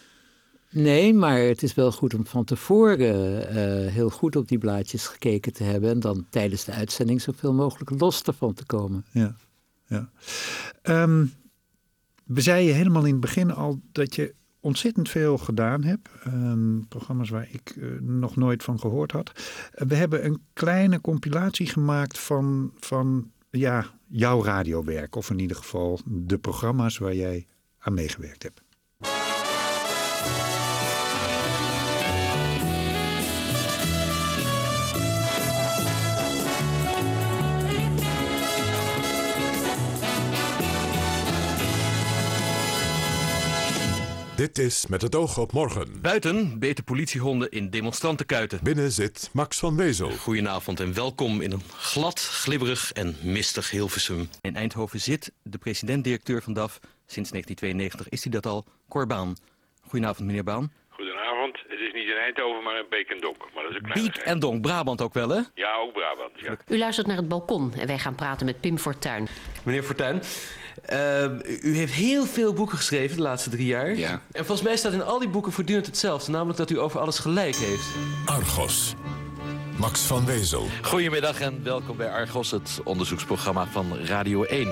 Nee, maar het is wel goed om van tevoren uh, heel goed op die blaadjes gekeken te hebben en dan tijdens de uitzending zoveel mogelijk los ervan te komen.
Ja, ja. Um, we zeiden helemaal in het begin al dat je ontzettend veel gedaan hebt. Um, programma's waar ik uh, nog nooit van gehoord had. Uh, we hebben een kleine compilatie gemaakt van, van ja, jouw radiowerk. Of in ieder geval de programma's waar jij aan meegewerkt hebt.
Dit is Met het oog op morgen.
Buiten beten politiehonden in demonstrantenkuiten.
Binnen zit Max van Wezel.
Goedenavond en welkom in een glad, glibberig en mistig Hilversum. In Eindhoven zit de president-directeur van D A F. Sinds negentien tweeënnegentig is hij dat al, Cor Baan. Goedenavond, meneer Baan.
Goedenavond. Het is niet in Eindhoven, maar in Beek en Donk. Maar dat is een kleine
Beek en Donk, Brabant ook wel, hè?
Ja, ook Brabant, ja.
U luistert naar het balkon en wij gaan praten met Pim Fortuyn.
Meneer Fortuyn, uh, u heeft heel veel boeken geschreven de laatste drie jaar.
Ja.
En volgens mij staat in al die boeken voortdurend hetzelfde. Namelijk dat u over alles gelijk heeft.
Argos. Max van Wezel.
Goedemiddag en welkom bij Argos, het onderzoeksprogramma van Radio één.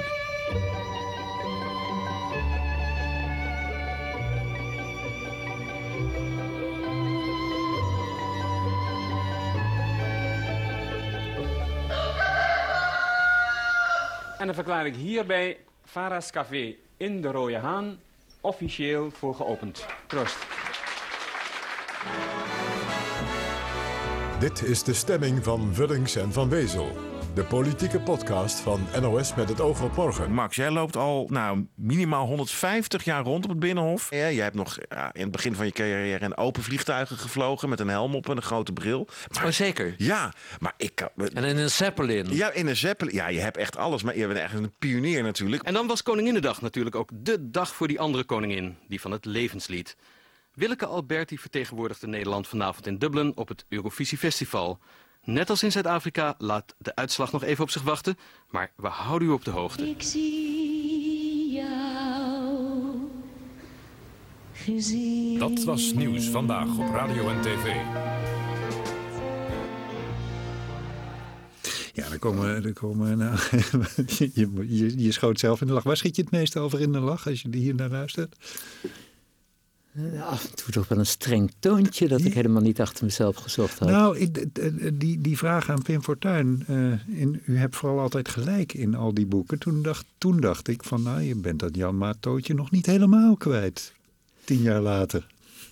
En dan verklaar ik hierbij Vara's Café in de Rode Haan officieel voor geopend. Proost.
Dit is de stemming van Vullings en Van Wezel. De politieke podcast van N O S met het oog op morgen.
Max, jij loopt al nou, minimaal honderdvijftig jaar rond op het Binnenhof.
Ja, jij hebt nog ja, in het begin van je carrière in open vliegtuigen gevlogen met een helm op en een grote bril.
Maar, oh, zeker?
Ja, maar ik kan...
En in een Zeppelin.
Ja, in een Zeppelin. Ja, je hebt echt alles, maar je bent echt een pionier natuurlijk.
En dan was Koninginnedag natuurlijk ook de dag voor die andere koningin, die van het levenslied. Willeke Alberti vertegenwoordigde Nederland vanavond in Dublin op het Eurovisie Festival. Net als in Zuid-Afrika laat de uitslag nog even op zich wachten, maar we houden u op de hoogte.
Ik zie jou gezien.
Dat was Nieuws Vandaag op Radio en tv.
Ja, dan komen, dan komen nou, je, je, je schoot zelf in de lach. Waar schiet je het meest over in de lach als je hier naar luistert?
Af en toe toch wel een streng toontje dat ik helemaal niet achter mezelf gezocht had.
Nou, ik, die, die vraag aan Pim Fortuyn. Uh, in, u hebt vooral altijd gelijk in al die boeken. Toen dacht, toen dacht ik van, nou, je bent dat Jan Maat-tootje nog niet helemaal kwijt. Tien jaar later.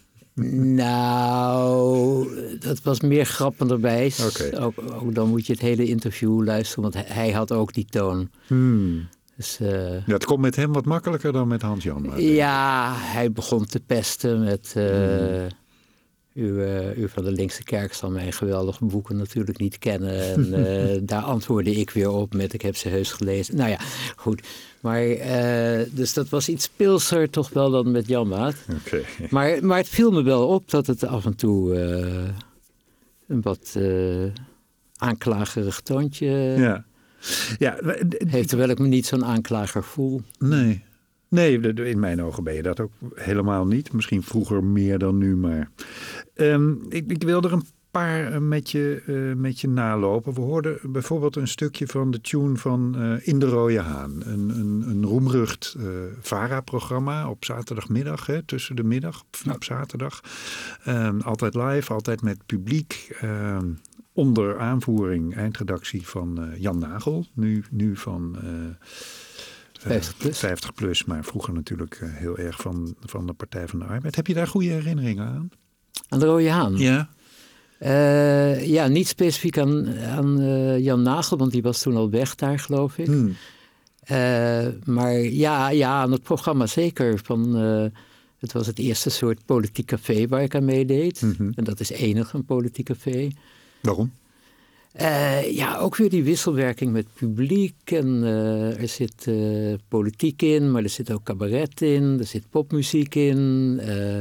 Nou, dat was meer grappen erbij.
Okay.
Ook, ook dan moet je het hele interview luisteren, want hij, hij had ook die toon.
Hmm.
Dus, uh,
ja, het komt met hem wat makkelijker dan met Hans-Jan.
Ja, hij begon te pesten met... Uh, U, uh, u van de Linkse Kerk zal mijn geweldige boeken natuurlijk niet kennen. En uh, daar antwoordde ik weer op met ik heb ze heus gelezen. Nou ja, goed. Maar, uh, dus dat was iets pilser toch wel dan met Janmaat.
Okay.
Maar, maar het viel me wel op dat het af en toe uh, een wat uh, aanklagerig toontje
ja. Ja,
heeft, terwijl ik me niet zo'n aanklager voel.
Nee. Nee, in mijn ogen ben je dat ook helemaal niet. Misschien vroeger meer dan nu, maar... Um, ik, ik wil er een paar met je, uh, met je nalopen. We hoorden bijvoorbeeld een stukje van de tune van uh, In de Rode Haan. Een, een, een roemrucht uh, VARA-programma op zaterdagmiddag, hè, tussen de middag op, op zaterdag. Um, altijd live, altijd met publiek. Um, onder aanvoering, eindredactie van uh, Jan Nagel. Nu, nu van... Uh,
vijftig plus.
vijftig plus, maar vroeger natuurlijk uh, heel erg van, van de Partij van de Arbeid. Heb je daar goede herinneringen aan?
Aan de Rode Haan?
Ja.
Uh, ja, niet specifiek aan, aan uh, Jan Nagel, want die was toen al weg daar, geloof ik. Hmm. Uh, maar ja, ja, aan het programma zeker. Van, uh, het was het eerste soort politiek café waar ik aan meedeed. Mm-hmm. En dat is enig, een politiek café.
Waarom?
Uh, ja, ook weer die wisselwerking met publiek. En uh, er zit uh, politiek in, maar er zit ook cabaret in. Er zit popmuziek in. Uh,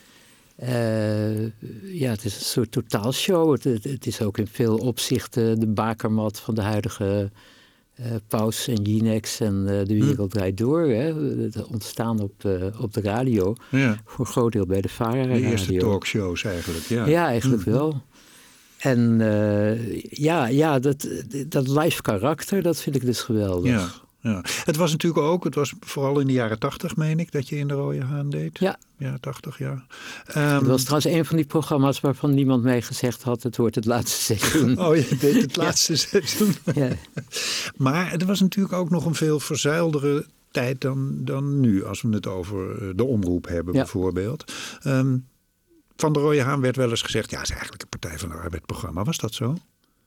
uh, ja, het is een soort totaalshow. Het, het, het is ook in veel opzichten de bakermat van de huidige uh, Paus en Jinex en uh, De Wereld Draait Door. Hè. Het ontstaan op, uh, op de radio. Ja. Voor een groot deel bij de VARA radio.
De eerste talkshows eigenlijk, ja.
Ja, eigenlijk mm-hmm. wel. En uh, ja, ja dat, dat live karakter, dat vind ik dus geweldig.
Ja, ja. Het was natuurlijk ook, het was vooral in de jaren tachtig, meen ik, dat je In de Rode Haan deed.
Ja.
Ja, tachtig, ja. Um,
het was trouwens een van die programma's waarvan niemand mij gezegd had, het wordt het laatste seizoen.
Oh, je deed het laatste ja. seizoen.
Ja.
Maar het was natuurlijk ook nog een veel verzuildere tijd dan, dan nu, als we het over de omroep hebben ja. bijvoorbeeld. Um, Van de Rode Haan werd wel eens gezegd, ja, het is eigenlijk een Partij van de Arbeid programma. Was dat zo?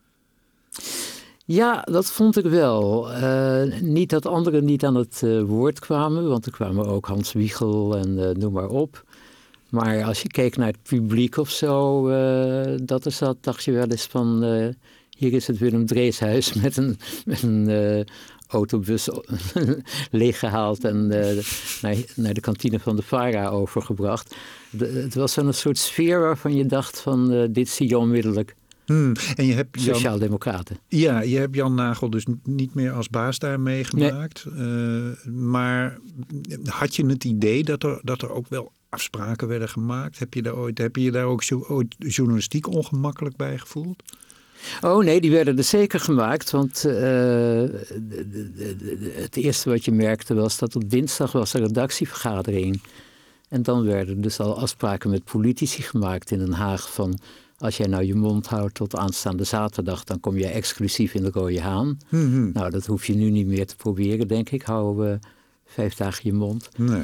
Ja, dat vond ik wel. Uh, niet dat anderen niet aan het uh, woord kwamen, want er kwamen ook Hans Wiegel en uh, noem maar op. Maar als je keek naar het publiek of zo, uh, dat er zat, dacht je wel eens van, uh, hier is het Willem Dreeshuis met een, met een uh, autobus leeggehaald en uh, naar, naar de kantine van de VARA overgebracht. De, het was zo'n soort sfeer waarvan je dacht van uh, dit zie je onmiddellijk.
Hmm. En je hebt Jan,
Sociaaldemocraten.
Ja, je hebt Jan Nagel dus niet meer als baas daar meegemaakt. Nee. Uh, maar had je het idee dat er, dat er ook wel afspraken werden gemaakt? Heb je daar ooit, heb je je daar ook zo, ooit journalistiek ongemakkelijk bij gevoeld?
Oh nee, die werden er zeker gemaakt. Want uh, de, de, de, het eerste wat je merkte was dat op dinsdag was een redactievergadering. En dan werden dus al afspraken met politici gemaakt in Den Haag van, als jij nou je mond houdt tot aanstaande zaterdag, dan kom jij exclusief in de Rode Haan. Mm-hmm. Nou, dat hoef je nu niet meer te proberen, denk ik. Hou uh, vijf dagen je mond.
Nee.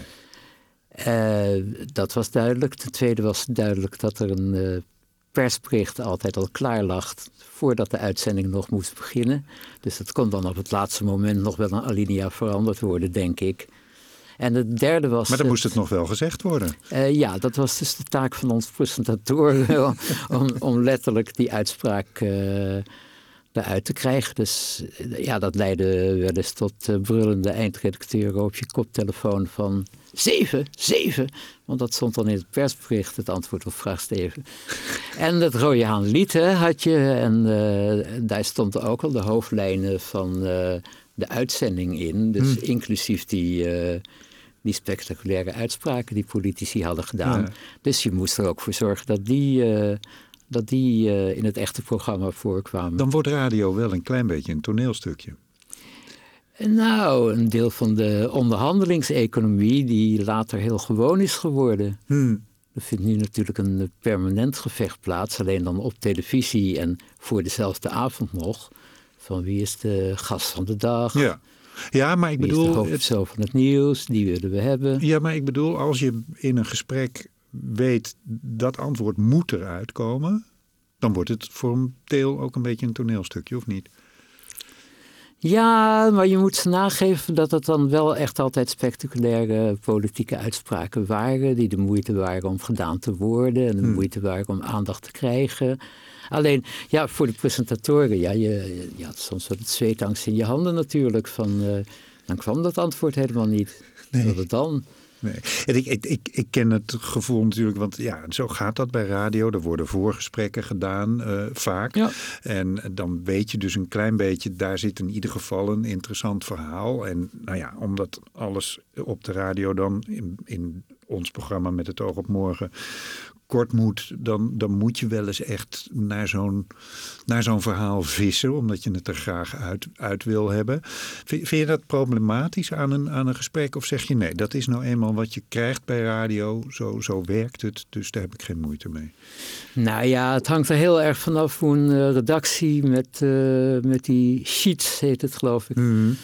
Uh, dat was duidelijk. Ten tweede was duidelijk dat er een uh, persbericht altijd al klaar lag voordat de uitzending nog moest beginnen. Dus dat kon dan op het laatste moment nog wel een alinea veranderd worden, denk ik. En het derde was...
Maar dan moest het nog wel gezegd worden.
Uh, ja, dat was dus de taak van ons presentatoren om, om letterlijk die uitspraak uh, eruit te krijgen. Dus uh, ja, dat leidde wel eens tot uh, brullende eindredacteuren op je koptelefoon van zeven, zeven. Want dat stond dan in het persbericht, het antwoord op vraag zeven. En het Rode Haan lied hè, had je. En uh, daar stonden ook al de hoofdlijnen van uh, de uitzending in. Dus hmm. inclusief die... Uh, die spectaculaire uitspraken die politici hadden gedaan. Ja. Dus je moest er ook voor zorgen dat die, uh, dat die uh, in het echte programma voorkwamen.
Dan wordt radio wel een klein beetje een toneelstukje.
Nou, een deel van de onderhandelingseconomie die later heel gewoon is geworden. Hmm. Er vindt nu natuurlijk een permanent gevecht plaats, alleen dan op televisie en voor dezelfde avond nog. Van wie is de gast van de dag?
Ja. Ja, maar ik
Wie
bedoel...
is de hoofdpersoon van het nieuws, die willen we hebben.
Ja, maar ik bedoel, als je in een gesprek weet dat antwoord moet eruit komen, dan wordt het voor een deel ook een beetje een toneelstukje, of niet?
Ja, maar je moet ze nageven dat het dan wel echt altijd spectaculaire politieke uitspraken waren. Die de moeite waren om gedaan te worden en de hmm. moeite waren om aandacht te krijgen. Alleen, ja, voor de presentatoren, ja, je, je had soms wat het zweetangst in je handen natuurlijk. Van, uh, dan kwam dat antwoord helemaal niet. Nee. Wat het dan?
Nee. En ik, ik, ik, ik ken het gevoel natuurlijk, want ja, zo gaat dat bij radio. Er worden voorgesprekken gedaan, uh, vaak. Ja. En dan weet je dus een klein beetje, daar zit in ieder geval een interessant verhaal. En nou ja, omdat alles op de radio dan in, in ons programma Met het oog op morgen kort moet, dan, dan moet je wel eens echt naar zo'n, naar zo'n verhaal vissen, omdat je het er graag uit, uit wil hebben. Vind, vind je dat problematisch aan een, aan een gesprek? Of zeg je nee, dat is nou eenmaal wat je krijgt bij radio, zo, zo werkt het, dus daar heb ik geen moeite mee.
Nou ja, het hangt er heel erg vanaf hoe een uh, redactie met, uh, met die sheets, heet het geloof ik, mm-hmm.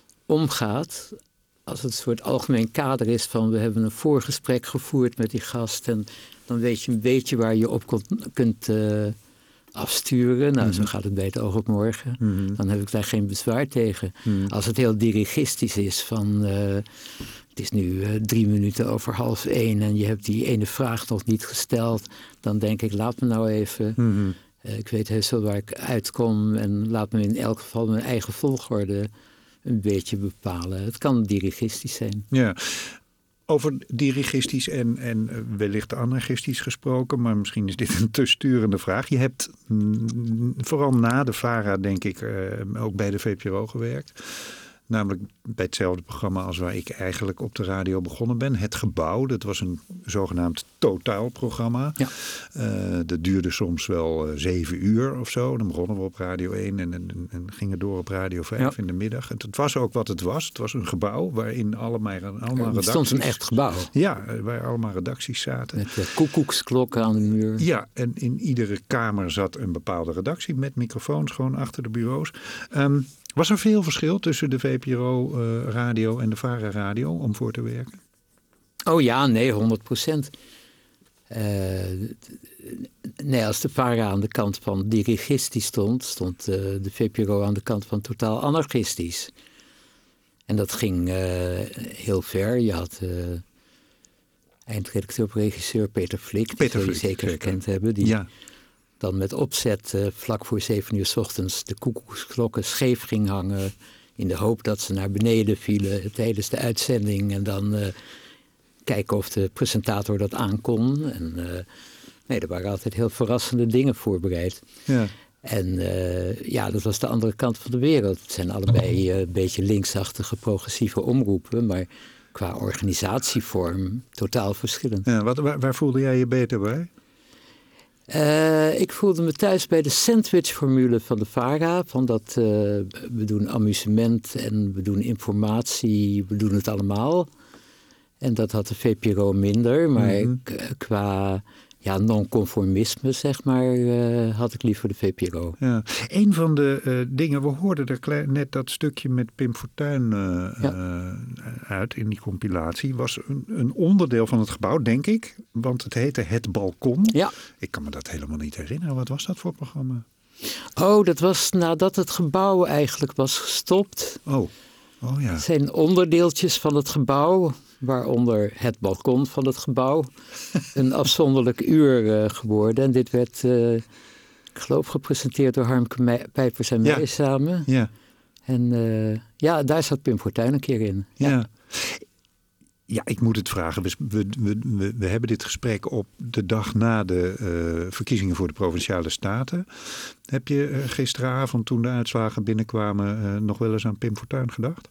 omgaat. Als het een soort algemeen kader is van we hebben een voorgesprek gevoerd met die gast en dan weet je een beetje waar je op kunt, kunt uh, afsturen. Nou, mm-hmm. zo gaat het bij het oog op morgen. Mm-hmm. Dan heb ik daar geen bezwaar tegen. Mm-hmm. Als het heel dirigistisch is van uh, het is nu uh, drie minuten over half één en je hebt die ene vraag nog niet gesteld, dan denk ik laat me nou even. Mm-hmm. Uh, ik weet heus wel waar ik uitkom en laat me in elk geval mijn eigen volgorde een beetje bepalen. Het kan dirigistisch zijn.
Ja. Over dirigistisch en, en wellicht anarchistisch gesproken, maar misschien is dit een te sturende vraag. Je hebt mm, vooral na de VARA, denk ik, uh, ook bij de V P R O gewerkt. Namelijk bij hetzelfde programma als waar ik eigenlijk op de radio begonnen ben. Het Gebouw, dat was een zogenaamd totaalprogramma. Ja. Uh, dat duurde soms wel uh, zeven uur of zo. Dan begonnen we op Radio één en, en, en gingen door op Radio vijf ja. in de middag. Het, het was ook wat het was. Het was een gebouw waarin allemaal, allemaal
ja,
redacties...
Het stond een echt gebouw.
Ja, waar allemaal redacties zaten.
Met de koekoeksklokken aan de muur.
Ja, en in iedere kamer zat een bepaalde redactie met microfoons gewoon achter de bureaus. Um, Was er veel verschil tussen de V P R O uh, radio en de VARA radio om voor te werken?
Oh ja, nee, honderd procent. Uh, nee, als de VARA aan de kant van dirigistisch stond, stond uh, de V P R O aan de kant van totaal anarchistisch. En dat ging uh, heel ver. Je had uh, eindredacteur-regisseur Peter Flik, die zul je zeker gekend hebben. Die ja. dan met opzet uh, vlak voor zeven uur 's ochtends de koekoeksklokken scheef ging hangen, in de hoop dat ze naar beneden vielen tijdens de uitzending. En dan uh, kijken of de presentator dat aankon. En uh, nee, er waren altijd heel verrassende dingen voorbereid. Ja. En uh, ja, dat was de andere kant van de wereld. Het zijn allebei uh, een beetje linksachtige, progressieve omroepen, maar qua organisatievorm totaal verschillend.
Ja, wat, waar, waar voelde jij je beter bij?
Uh, ik voelde me thuis bij de sandwichformule van de VARA. Van dat uh, we doen amusement en we doen informatie, we doen het allemaal. En dat had de V P R O minder. Maar mm-hmm. k- qua ja, non-conformisme, zeg maar, uh, had ik liever de V P R O. Ja.
Een van de uh, dingen, we hoorden er klein, net dat stukje met Pim Fortuyn uh, ja. uh, uit in die compilatie. Was een, een onderdeel van het gebouw, denk ik. Want het heette Het Balkon. Ja. Ik kan me dat helemaal niet herinneren. Wat was dat voor programma?
Oh, dat was nadat het gebouw eigenlijk was gestopt.
Oh, oh ja.
Het zijn onderdeeltjes van het gebouw, waaronder het balkon van het gebouw, een afzonderlijk uur uh, geworden. En dit werd, uh, ik geloof, gepresenteerd door Harmke Pijpers en mij ja. samen. Ja. En uh, ja, daar zat Pim Fortuyn een keer in. Ja.
ja. Ja, ik moet het vragen. We, we, we, we hebben dit gesprek op de dag na de uh, verkiezingen voor de Provinciale Staten. Heb je uh, gisteravond, toen de uitslagen binnenkwamen, uh, nog wel eens aan Pim Fortuyn gedacht?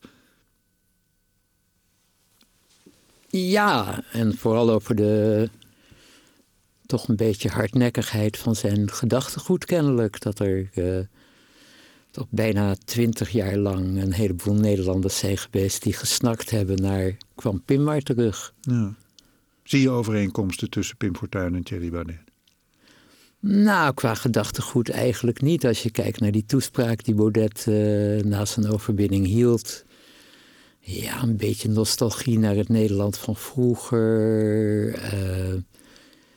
Ja, en vooral over de toch een beetje hardnekkigheid van zijn gedachtegoed kennelijk. Dat er uh, toch bijna twintig jaar lang een heleboel Nederlanders zijn geweest die gesnakt hebben naar kwam Pim maar terug.
Ja. Zie je overeenkomsten tussen Pim Fortuyn en Thierry Baudet?
Nou, qua gedachtegoed eigenlijk niet. Als je kijkt naar die toespraak die Baudet uh, na zijn overwinning hield. Ja, een beetje nostalgie naar het Nederland van vroeger. Uh,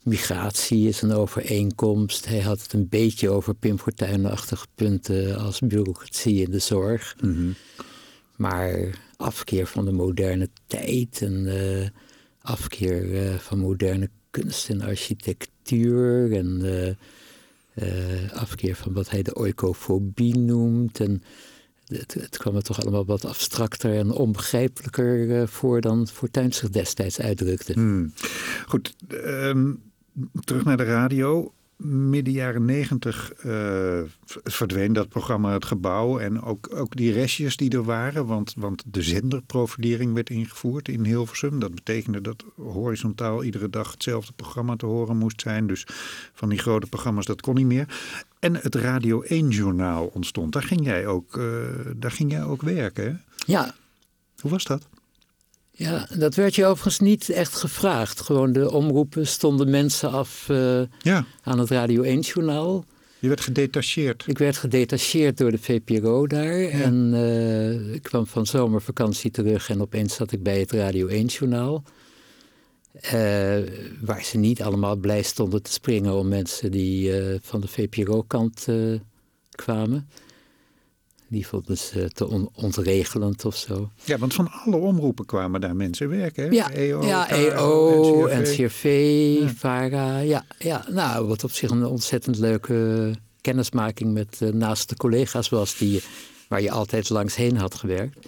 migratie is een overeenkomst. Hij had het een beetje over Pim Fortuyn-achtige punten als bureaucratie in de zorg.
Mm-hmm.
Maar afkeer van de moderne tijd en uh, afkeer uh, van moderne kunst en architectuur en uh, uh, afkeer van wat hij de oikofobie noemt. En het, het kwam er toch allemaal wat abstracter en onbegrijpelijker uh, voor dan Fortuyn zich destijds uitdrukte.
Hmm. Goed, um, terug naar de radio. Midden jaren negentig uh, verdween dat programma Het Gebouw en ook, ook die restjes die er waren. Want, want de zenderprofilering werd ingevoerd in Hilversum. Dat betekende dat horizontaal iedere dag hetzelfde programma te horen moest zijn. Dus van die grote programma's, dat kon niet meer. En het Radio één-journaal ontstond. Daar ging jij ook, uh, daar ging jij ook werken, hè?
Ja.
Hoe was dat?
Ja, dat werd je overigens niet echt gevraagd. Gewoon de omroepen stonden mensen af uh,
ja.
aan het Radio één-journaal.
Je werd gedetacheerd.
Ik werd gedetacheerd door de V P R O daar. Ja. En uh, ik kwam van zomervakantie terug en opeens zat ik bij het Radio één-journaal. Uh, waar ze niet allemaal blij stonden te springen om mensen die uh, van de V P R O-kant uh, kwamen. Die vonden ze te on- ontregelend of zo.
Ja, want van alle omroepen kwamen daar mensen werken, hè?
Ja,
E O,
ja, E O, N C R V,
ja.
VARA. Ja, ja, nou, wat op zich een ontzettend leuke kennismaking met uh, naaste collega's was, die, waar je altijd langs heen had gewerkt.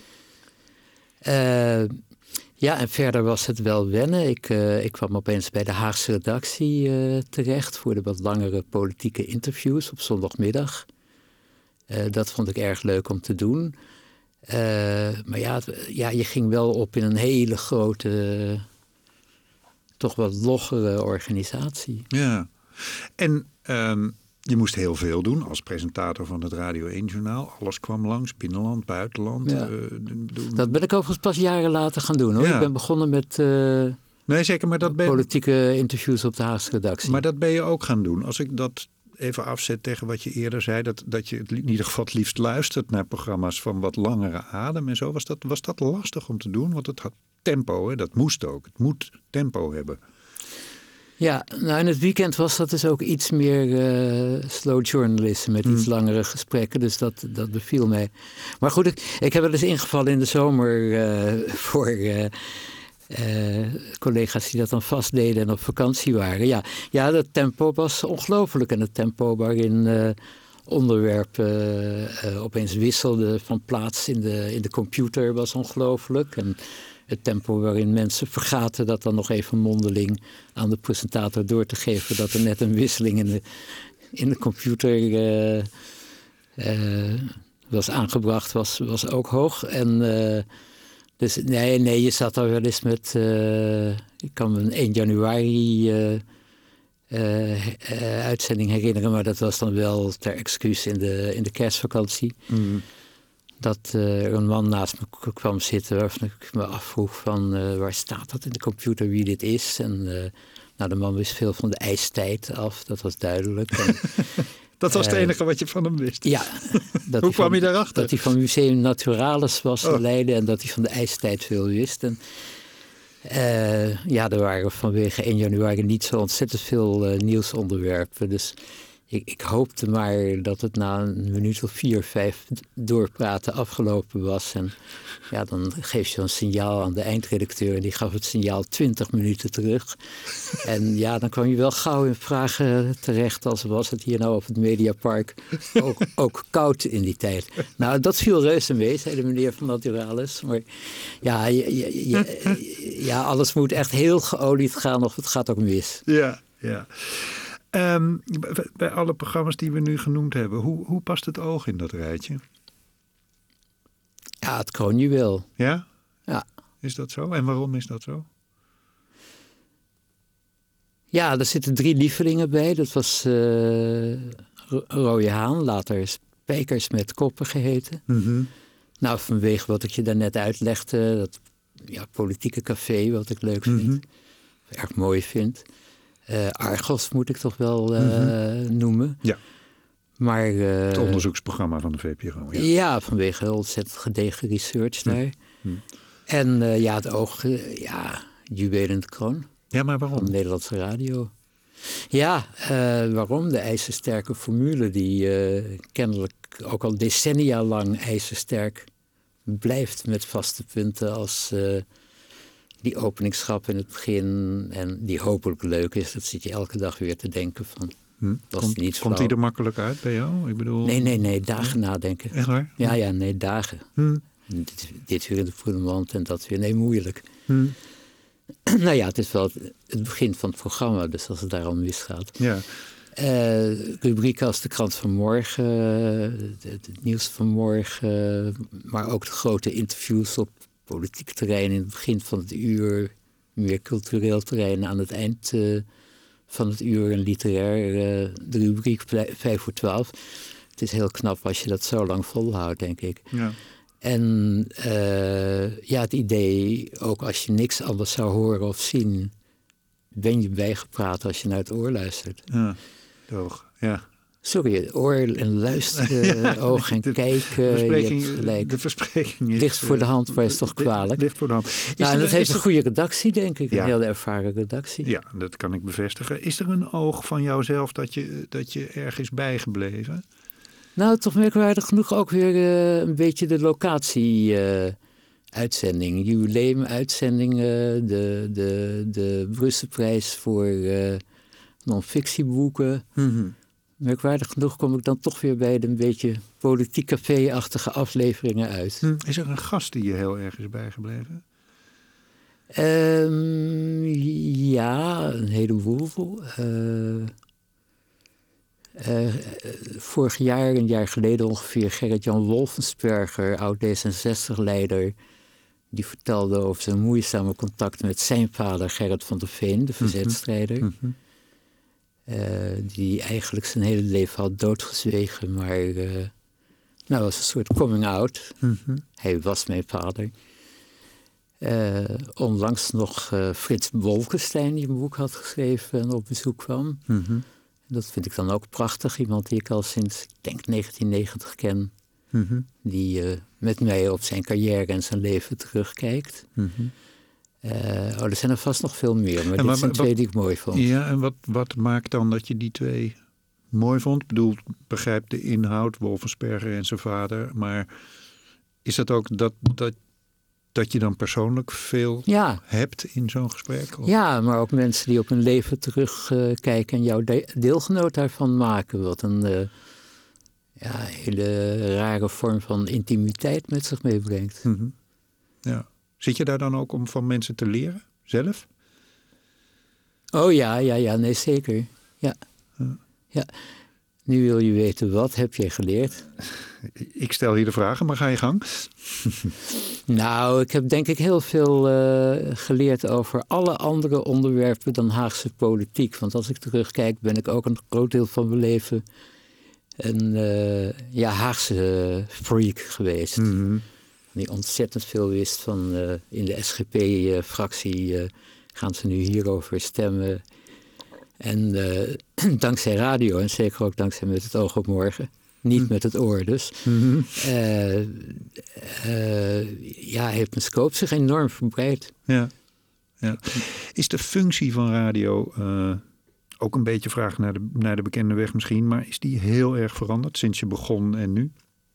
Uh, ja, en verder was het wel wennen. Ik, uh, ik kwam opeens bij de Haagse redactie uh, terecht voor de wat langere politieke interviews op zondagmiddag. Uh, dat vond ik erg leuk om te doen. Uh, maar ja, het, ja, je ging wel op in een hele grote, uh, toch wat loggere organisatie.
Ja, en um, je moest heel veel doen als presentator van het Radio één-journaal. Alles kwam langs, binnenland, buitenland.
Ja.
Uh, doen.
Dat ben ik overigens pas jaren later gaan doen, hoor.
Ja.
Ik ben begonnen met uh,
nee, zeker, maar dat ben...
politieke interviews op de Haagse redactie.
Maar dat ben je ook gaan doen. Als ik dat even afzet tegen wat je eerder zei, dat, dat je in ieder geval het liefst luistert naar programma's van wat langere adem en zo. Was dat, was dat lastig om te doen? Want het had tempo, hè? Dat moest ook. Het moet tempo hebben.
Ja, nou in het weekend was dat dus ook iets meer uh, slow journalism met mm. iets langere gesprekken. Dus dat, dat beviel mij. Maar goed, ik, ik heb wel eens ingevallen in de zomer uh, voor uh, uh, collega's die dat dan vast deden en op vakantie waren. Ja, ja, dat tempo was ongelooflijk. En het tempo waarin uh, onderwerpen uh, uh, opeens wisselden van plaats in de, in de computer was ongelooflijk. En het tempo waarin mensen vergaten dat dan nog even mondeling aan de presentator door te geven dat er net een wisseling in de, in de computer uh, uh, was aangebracht, was, was ook hoog. En uh, dus nee, nee, je zat daar wel eens met, uh, ik kan me een één januari uh, uh, uh, uitzending herinneren, maar dat was dan wel ter excuus in de, in de kerstvakantie. Mm. Dat uh, er een man naast me kwam zitten waarvan ik me afvroeg van uh, waar staat dat in de computer wie dit is. En uh, nou, de man wist veel van de ijstijd af, dat was duidelijk. En,
dat was het
uh,
enige wat je van hem wist?
Ja. Dat
Hoe kwam
van,
je daarachter?
Dat hij van Museum Naturalis was
oh.
in Leiden en dat hij van de ijstijd veel wist. En, uh, ja, er waren vanwege één januari niet zo ontzettend veel uh, nieuwsonderwerpen, dus Ik, ik hoopte maar dat het na een minuut of vier, vijf doorpraten afgelopen was. En ja, dan geef je een signaal aan de eindredacteur en die gaf het signaal twintig minuten terug. En ja, dan kwam je wel gauw in vragen terecht als was het hier nou op het Mediapark ook, ook koud in die tijd. Nou, dat viel reuze mee, zei de meneer van Naturalis. Maar ja, je, je, je, ja, alles moet echt heel geolied gaan of het gaat ook mis.
Ja, ja. Um, bij alle programma's die we nu genoemd hebben, hoe, hoe past het oog in dat rijtje?
Ja, het kroonjuweel.
Ja?
Ja.
Is dat zo? En waarom is dat zo?
Ja, er zitten drie lievelingen bij. Dat was uh, Rode Haan, later Spijkers met Koppen geheten. Mm-hmm. Nou, vanwege wat ik je daarnet uitlegde, dat ja, politieke café, wat ik leuk vind. Mm-hmm. Erg mooi vind. Uh, Argos moet ik toch wel uh, mm-hmm. noemen.
Ja.
Maar, uh,
het onderzoeksprogramma van de V P R O. Ja,
ja vanwege heel ontzettend gedegen research daar. Mm-hmm. En uh, ja, het oog, uh, ja, juwelend kroon.
Ja, maar waarom?
Van de Nederlandse radio. Ja, uh, waarom? De ijzersterke formule die uh, kennelijk ook al decennia lang ijzersterk blijft met vaste punten als uh, die openingsgrap in het begin en die hopelijk leuk is. Dat zit je elke dag weer te denken van.
Hm? Komt,
niet
komt die er makkelijk uit bij jou? Ik bedoel...
Nee, nee, nee, dagen nadenken.
Echt waar?
Ja, ja, nee, dagen.
Hm.
Dit, dit weer in de voedermand en dat weer. Nee, moeilijk.
Hm.
Nou ja, het is wel het, het begin van het programma, dus als het daarom misgaat.
Ja.
Uh, rubrieken als de krant van morgen, het, het nieuws van morgen, maar ook de grote interviews op politiek terrein in het begin van het uur, meer cultureel terrein aan het eind uh, van het uur en literair, uh, de rubriek vijf voor twaalf. Het is heel knap als je dat zo lang volhoudt, denk ik.
Ja.
En uh, ja, het idee, ook als je niks anders zou horen of zien, ben je bijgepraat als je naar het oor luistert.
Ja, toch, ja.
Sorry, oor en luisteren, ja, oog en de, kijken, je hebt gelijk.
De verspreking is...
Ligt voor de hand, maar is toch kwalijk?
Ligt voor de hand.
Nou, en dat
er,
heeft
een
er... goede redactie, denk ik. Ja. Een hele ervaren redactie.
Ja, dat kan ik bevestigen. Is er een oog van jouzelf dat je, dat je erg is bijgebleven?
Nou, toch merkwaardig genoeg ook weer uh, een beetje de locatie-uitzending. Uh, jubileum-uitzending, uh, de, de, de Brusselprijs voor uh, non-fictieboeken.
Mm-hmm.
Merkwaardig genoeg kom ik dan toch weer bij de een beetje politiek café-achtige afleveringen uit.
Hm. Is er een gast die je heel erg is bijgebleven?
Um, ja, een heleboel. Uh, Uh, vorig jaar, een jaar geleden ongeveer, Gerrit-Jan Wolfensperger, oud D zesenzestig-leider, die vertelde over zijn moeizame contact met zijn vader Gerrit van der Veen, de verzetstrijder.
Mm-hmm.
Uh, die eigenlijk zijn hele leven had doodgezwegen, maar uh, nou, was een soort coming out.
Mm-hmm.
Hij was mijn vader. Uh, onlangs nog uh, Frits Bolkestein, die een boek had geschreven en op bezoek kwam.
Mm-hmm.
Dat vind ik dan ook prachtig. Iemand die ik al sinds, ik denk, negentien negentig ken.
Mm-hmm.
Die uh, met mij op zijn carrière en zijn leven terugkijkt.
Mm-hmm.
Uh, oh, er zijn er vast nog veel meer, maar
en
dit
wat,
zijn
wat,
twee die ik mooi vond.
Ja, en wat, wat maakt dan dat je die twee mooi vond? Ik bedoel, begrijp de inhoud, Wolfensperger en zijn vader. Maar is dat ook dat, dat, dat je dan persoonlijk veel
ja.
hebt in zo'n gesprek? Of?
Ja, maar ook mensen die op hun leven terugkijken uh, en jouw de- deelgenoot daarvan maken. Wat een uh, ja, hele rare vorm van intimiteit met zich meebrengt.
Mm-hmm. Ja. Zit je daar dan ook om van mensen te leren, zelf?
Oh ja, ja, ja, nee, zeker. Ja.
Ja.
ja. Nu wil je weten, wat heb je geleerd?
Ik stel hier de vragen, maar ga je gang.
Nou, ik heb denk ik heel veel uh, geleerd over alle andere onderwerpen dan Haagse politiek. Want als ik terugkijk, ben ik ook een groot deel van mijn leven een uh, ja, Haagse freak geweest.
Mm-hmm.
Die ontzettend veel wist van uh, in de S G P-fractie uh, gaan ze nu hierover stemmen. En uh, dankzij radio en zeker ook dankzij Met het Oog op Morgen. Niet met het oor dus.
Mm-hmm.
Uh, uh, ja, heeft mijn scope zich enorm verbreid.
Ja. ja. Is de functie van radio, uh, ook een beetje vraag naar de, naar de bekende weg misschien, maar is die heel erg veranderd sinds je begon en nu?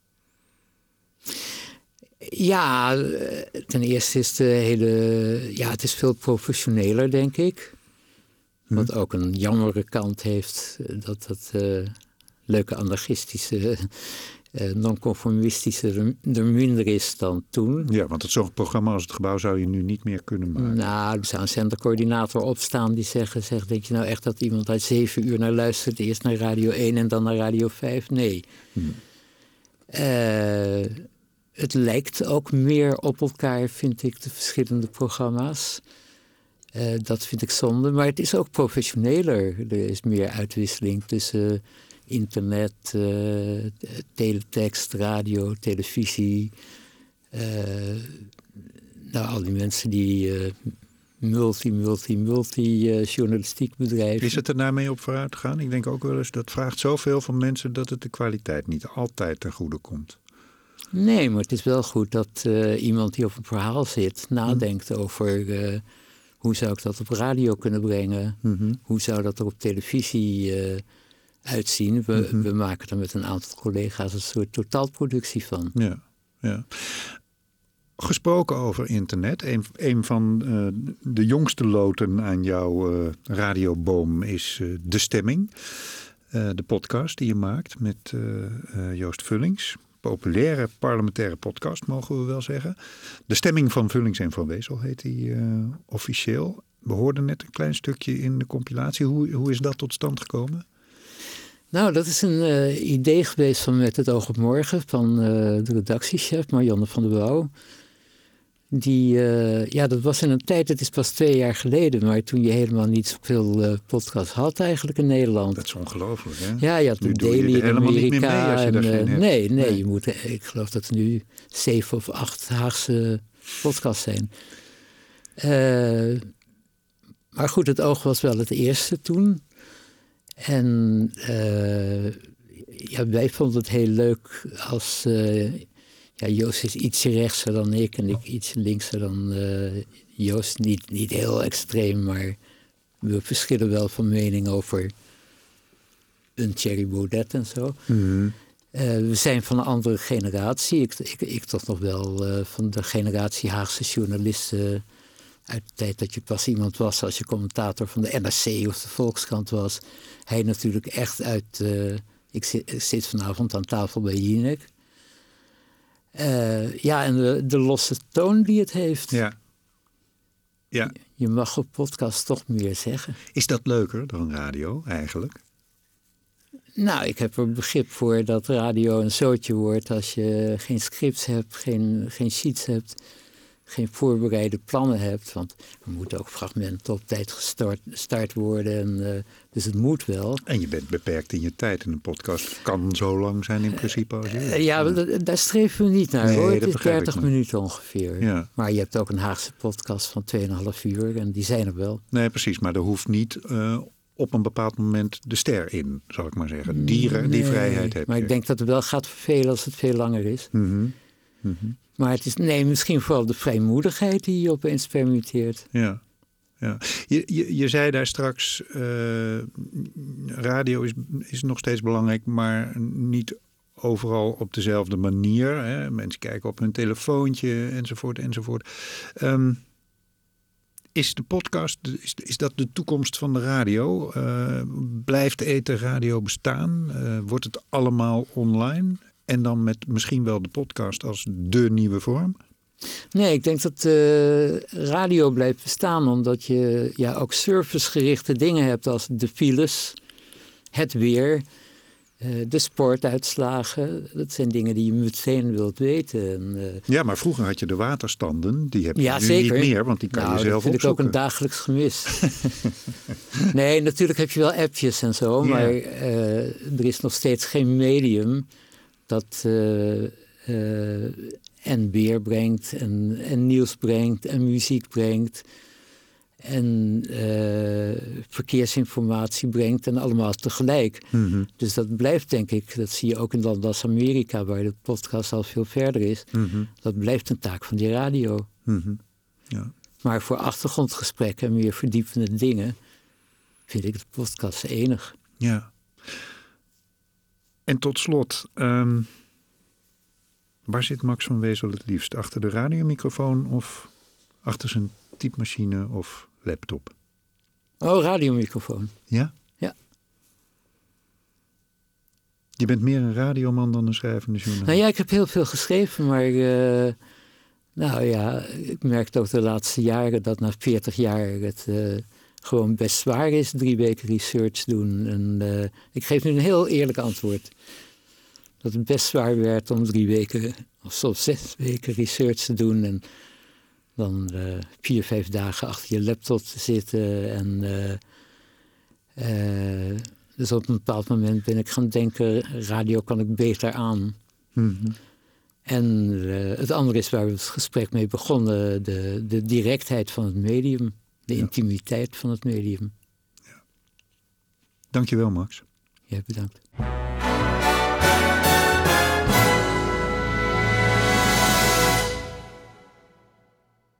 Ja, ten eerste is de hele, ja, het is veel professioneler, denk ik. Wat ook een jammere kant heeft, dat dat uh, leuke anarchistische, uh, non-conformistische er, er minder is dan toen.
Ja, want het zo'n programma als Het Gebouw zou je nu niet meer kunnen maken.
Nou, er zou een zendercoördinator opstaan die zeggen, zegt, denk je nou echt dat iemand uit zeven uur naar luistert, eerst naar Radio één en dan naar Radio vijf? Nee.
Hmm.
Uh, het lijkt ook meer op elkaar, vind ik, de verschillende programma's. Uh, dat vind ik zonde, maar het is ook professioneler. Er is meer uitwisseling tussen uh, internet, uh, teletext, radio, televisie. Uh, nou, al die mensen die uh, multi, multi, multi uh, journalistiek bedrijven.
Is het er daarmee op vooruit gegaan? Ik denk ook wel eens, dat vraagt zoveel van mensen dat het de kwaliteit niet altijd ten goede komt.
Nee, maar het is wel goed dat uh, iemand die op een verhaal zit nadenkt over Uh, hoe zou ik dat op radio kunnen brengen?
Mm-hmm.
Hoe zou dat er op televisie uh, uitzien? We, mm-hmm. we maken er met een aantal collega's een soort totaalproductie van.
Ja, ja. Gesproken over internet, een, een van uh, de jongste loten aan jouw uh, radioboom is uh, De Stemming. Uh, de podcast die je maakt met uh, uh, Joost Vullings. Populaire parlementaire podcast, mogen we wel zeggen. De Stemming van Vullings en Van Wezel heet die uh, officieel. We hoorden net een klein stukje in de compilatie. Hoe, hoe is dat tot stand gekomen?
Nou, dat is een uh, idee geweest van Met het oog op morgen van uh, de redactiechef Marianne van der Wouw. Die, uh, ja, dat was in een tijd, het is pas twee jaar geleden, maar toen je helemaal niet zoveel uh, podcasts had eigenlijk in Nederland.
Dat is ongelooflijk, hè?
Ja, je had
nu
de Daily
je
in Amerika.
Niet meer mee als je
en,
daar
uh,
geen hebt.
Nee, nee,
nee.
Je moet, ik geloof dat er nu zeven of acht Haagse podcasts zijn. Uh, maar goed, het oog was wel het eerste toen. En uh, ja, wij vonden het heel leuk als... Uh, ja, Joost is ietsje rechtser dan ik en ik iets linkser dan uh, Joost. Niet, niet heel extreem, maar we verschillen wel van mening over een Thierry Baudet en zo.
Mm-hmm.
Uh, we zijn van een andere generatie. Ik, ik, ik toch nog wel uh, van de generatie Haagse journalisten... uit de tijd dat je pas iemand was als je commentator van de N R C of de Volkskrant was. Hij natuurlijk echt uit... Uh, ik, zit, ik zit vanavond aan tafel bij Jinek. Uh, ja, en de, de losse toon die het heeft.
Ja. Ja.
Je, je mag op podcast toch meer zeggen.
Is dat leuker dan radio eigenlijk?
Nou, ik heb er begrip voor dat radio een zootje wordt als je geen scripts hebt, geen, geen sheets hebt, geen voorbereide plannen hebt. Want er moeten ook fragmenten op tijd gestart, gestart worden. En, uh, dus het moet wel.
En je bent beperkt in je tijd. En een podcast kan zo lang zijn in principe als je
uh, Ja, ja. Daar streven we niet naar.
Nee,
hoor. Het is
dertig
minuten ongeveer.
Ja.
Maar je hebt ook een Haagse podcast van twee komma vijf uur. En die zijn er wel.
Nee, precies. Maar er hoeft niet... Uh, op een bepaald moment de ster in, zal ik maar zeggen. Die, nee, die vrijheid heb
maar
je.
ik denk dat het wel gaat vervelen als het veel langer is.
Mm-hmm. Mm-hmm.
Maar het is, nee, misschien vooral de vrijmoedigheid die je opeens permitteert.
Ja, ja. Je, je, je zei daar straks, uh, radio is, is nog steeds belangrijk, maar niet overal op dezelfde manier. Hè? Mensen kijken op hun telefoontje, enzovoort, enzovoort. Um, Is de podcast, is, is dat de toekomst van de radio? Uh, blijft Ether Radio bestaan? Uh, wordt het allemaal online? En dan met misschien wel de podcast als de nieuwe vorm?
Nee, ik denk dat uh, radio blijft bestaan. Omdat je ja, ook servicegerichte dingen hebt als de files, het weer... Uh, de sportuitslagen, dat zijn dingen die je meteen wilt weten. En, uh,
ja, maar vroeger had je de waterstanden. Die heb je
ja,
nu
zeker.
niet meer, want die kan
nou,
je zelf
dat vind
opzoeken.
ik ook een dagelijks gemis. Nee, natuurlijk heb je wel appjes en zo. Ja. Maar uh, er is nog steeds geen medium dat uh, uh, en weer brengt en, en nieuws brengt en muziek brengt. En uh, verkeersinformatie brengt en allemaal tegelijk.
Mm-hmm.
Dus dat blijft, denk ik, dat zie je ook in landen als Amerika, waar de podcast al veel verder is.
Mm-hmm.
Dat blijft een taak van die radio.
Mm-hmm. Ja.
Maar voor achtergrondgesprekken en meer verdiepende dingen vind ik de podcast enig.
Ja. En tot slot, um, waar zit Max van Wezel het liefst? Achter de radiomicrofoon of achter zijn typemachine of laptop?
Oh, radiomicrofoon.
Ja?
Ja.
Je bent meer een radioman dan een schrijvende journalist.
Nou ja, ik heb heel veel geschreven, maar uh, nou ja, ik merk ook de laatste jaren dat na veertig jaar het uh, gewoon best zwaar is. Drie weken research doen. En uh, ik geef nu een heel eerlijk antwoord. Dat het best zwaar werd om drie weken of soms zes weken research te doen en dan uh, vier, vijf dagen achter je laptop te zitten. En uh, uh, dus op een bepaald moment ben ik gaan denken, radio kan ik beter aan.
Mm-hmm.
En uh, het andere is waar we het gesprek mee begonnen, de, de directheid van het medium. De ja. intimiteit van het medium.
Ja. Dank je wel, Max.
Jij bedankt.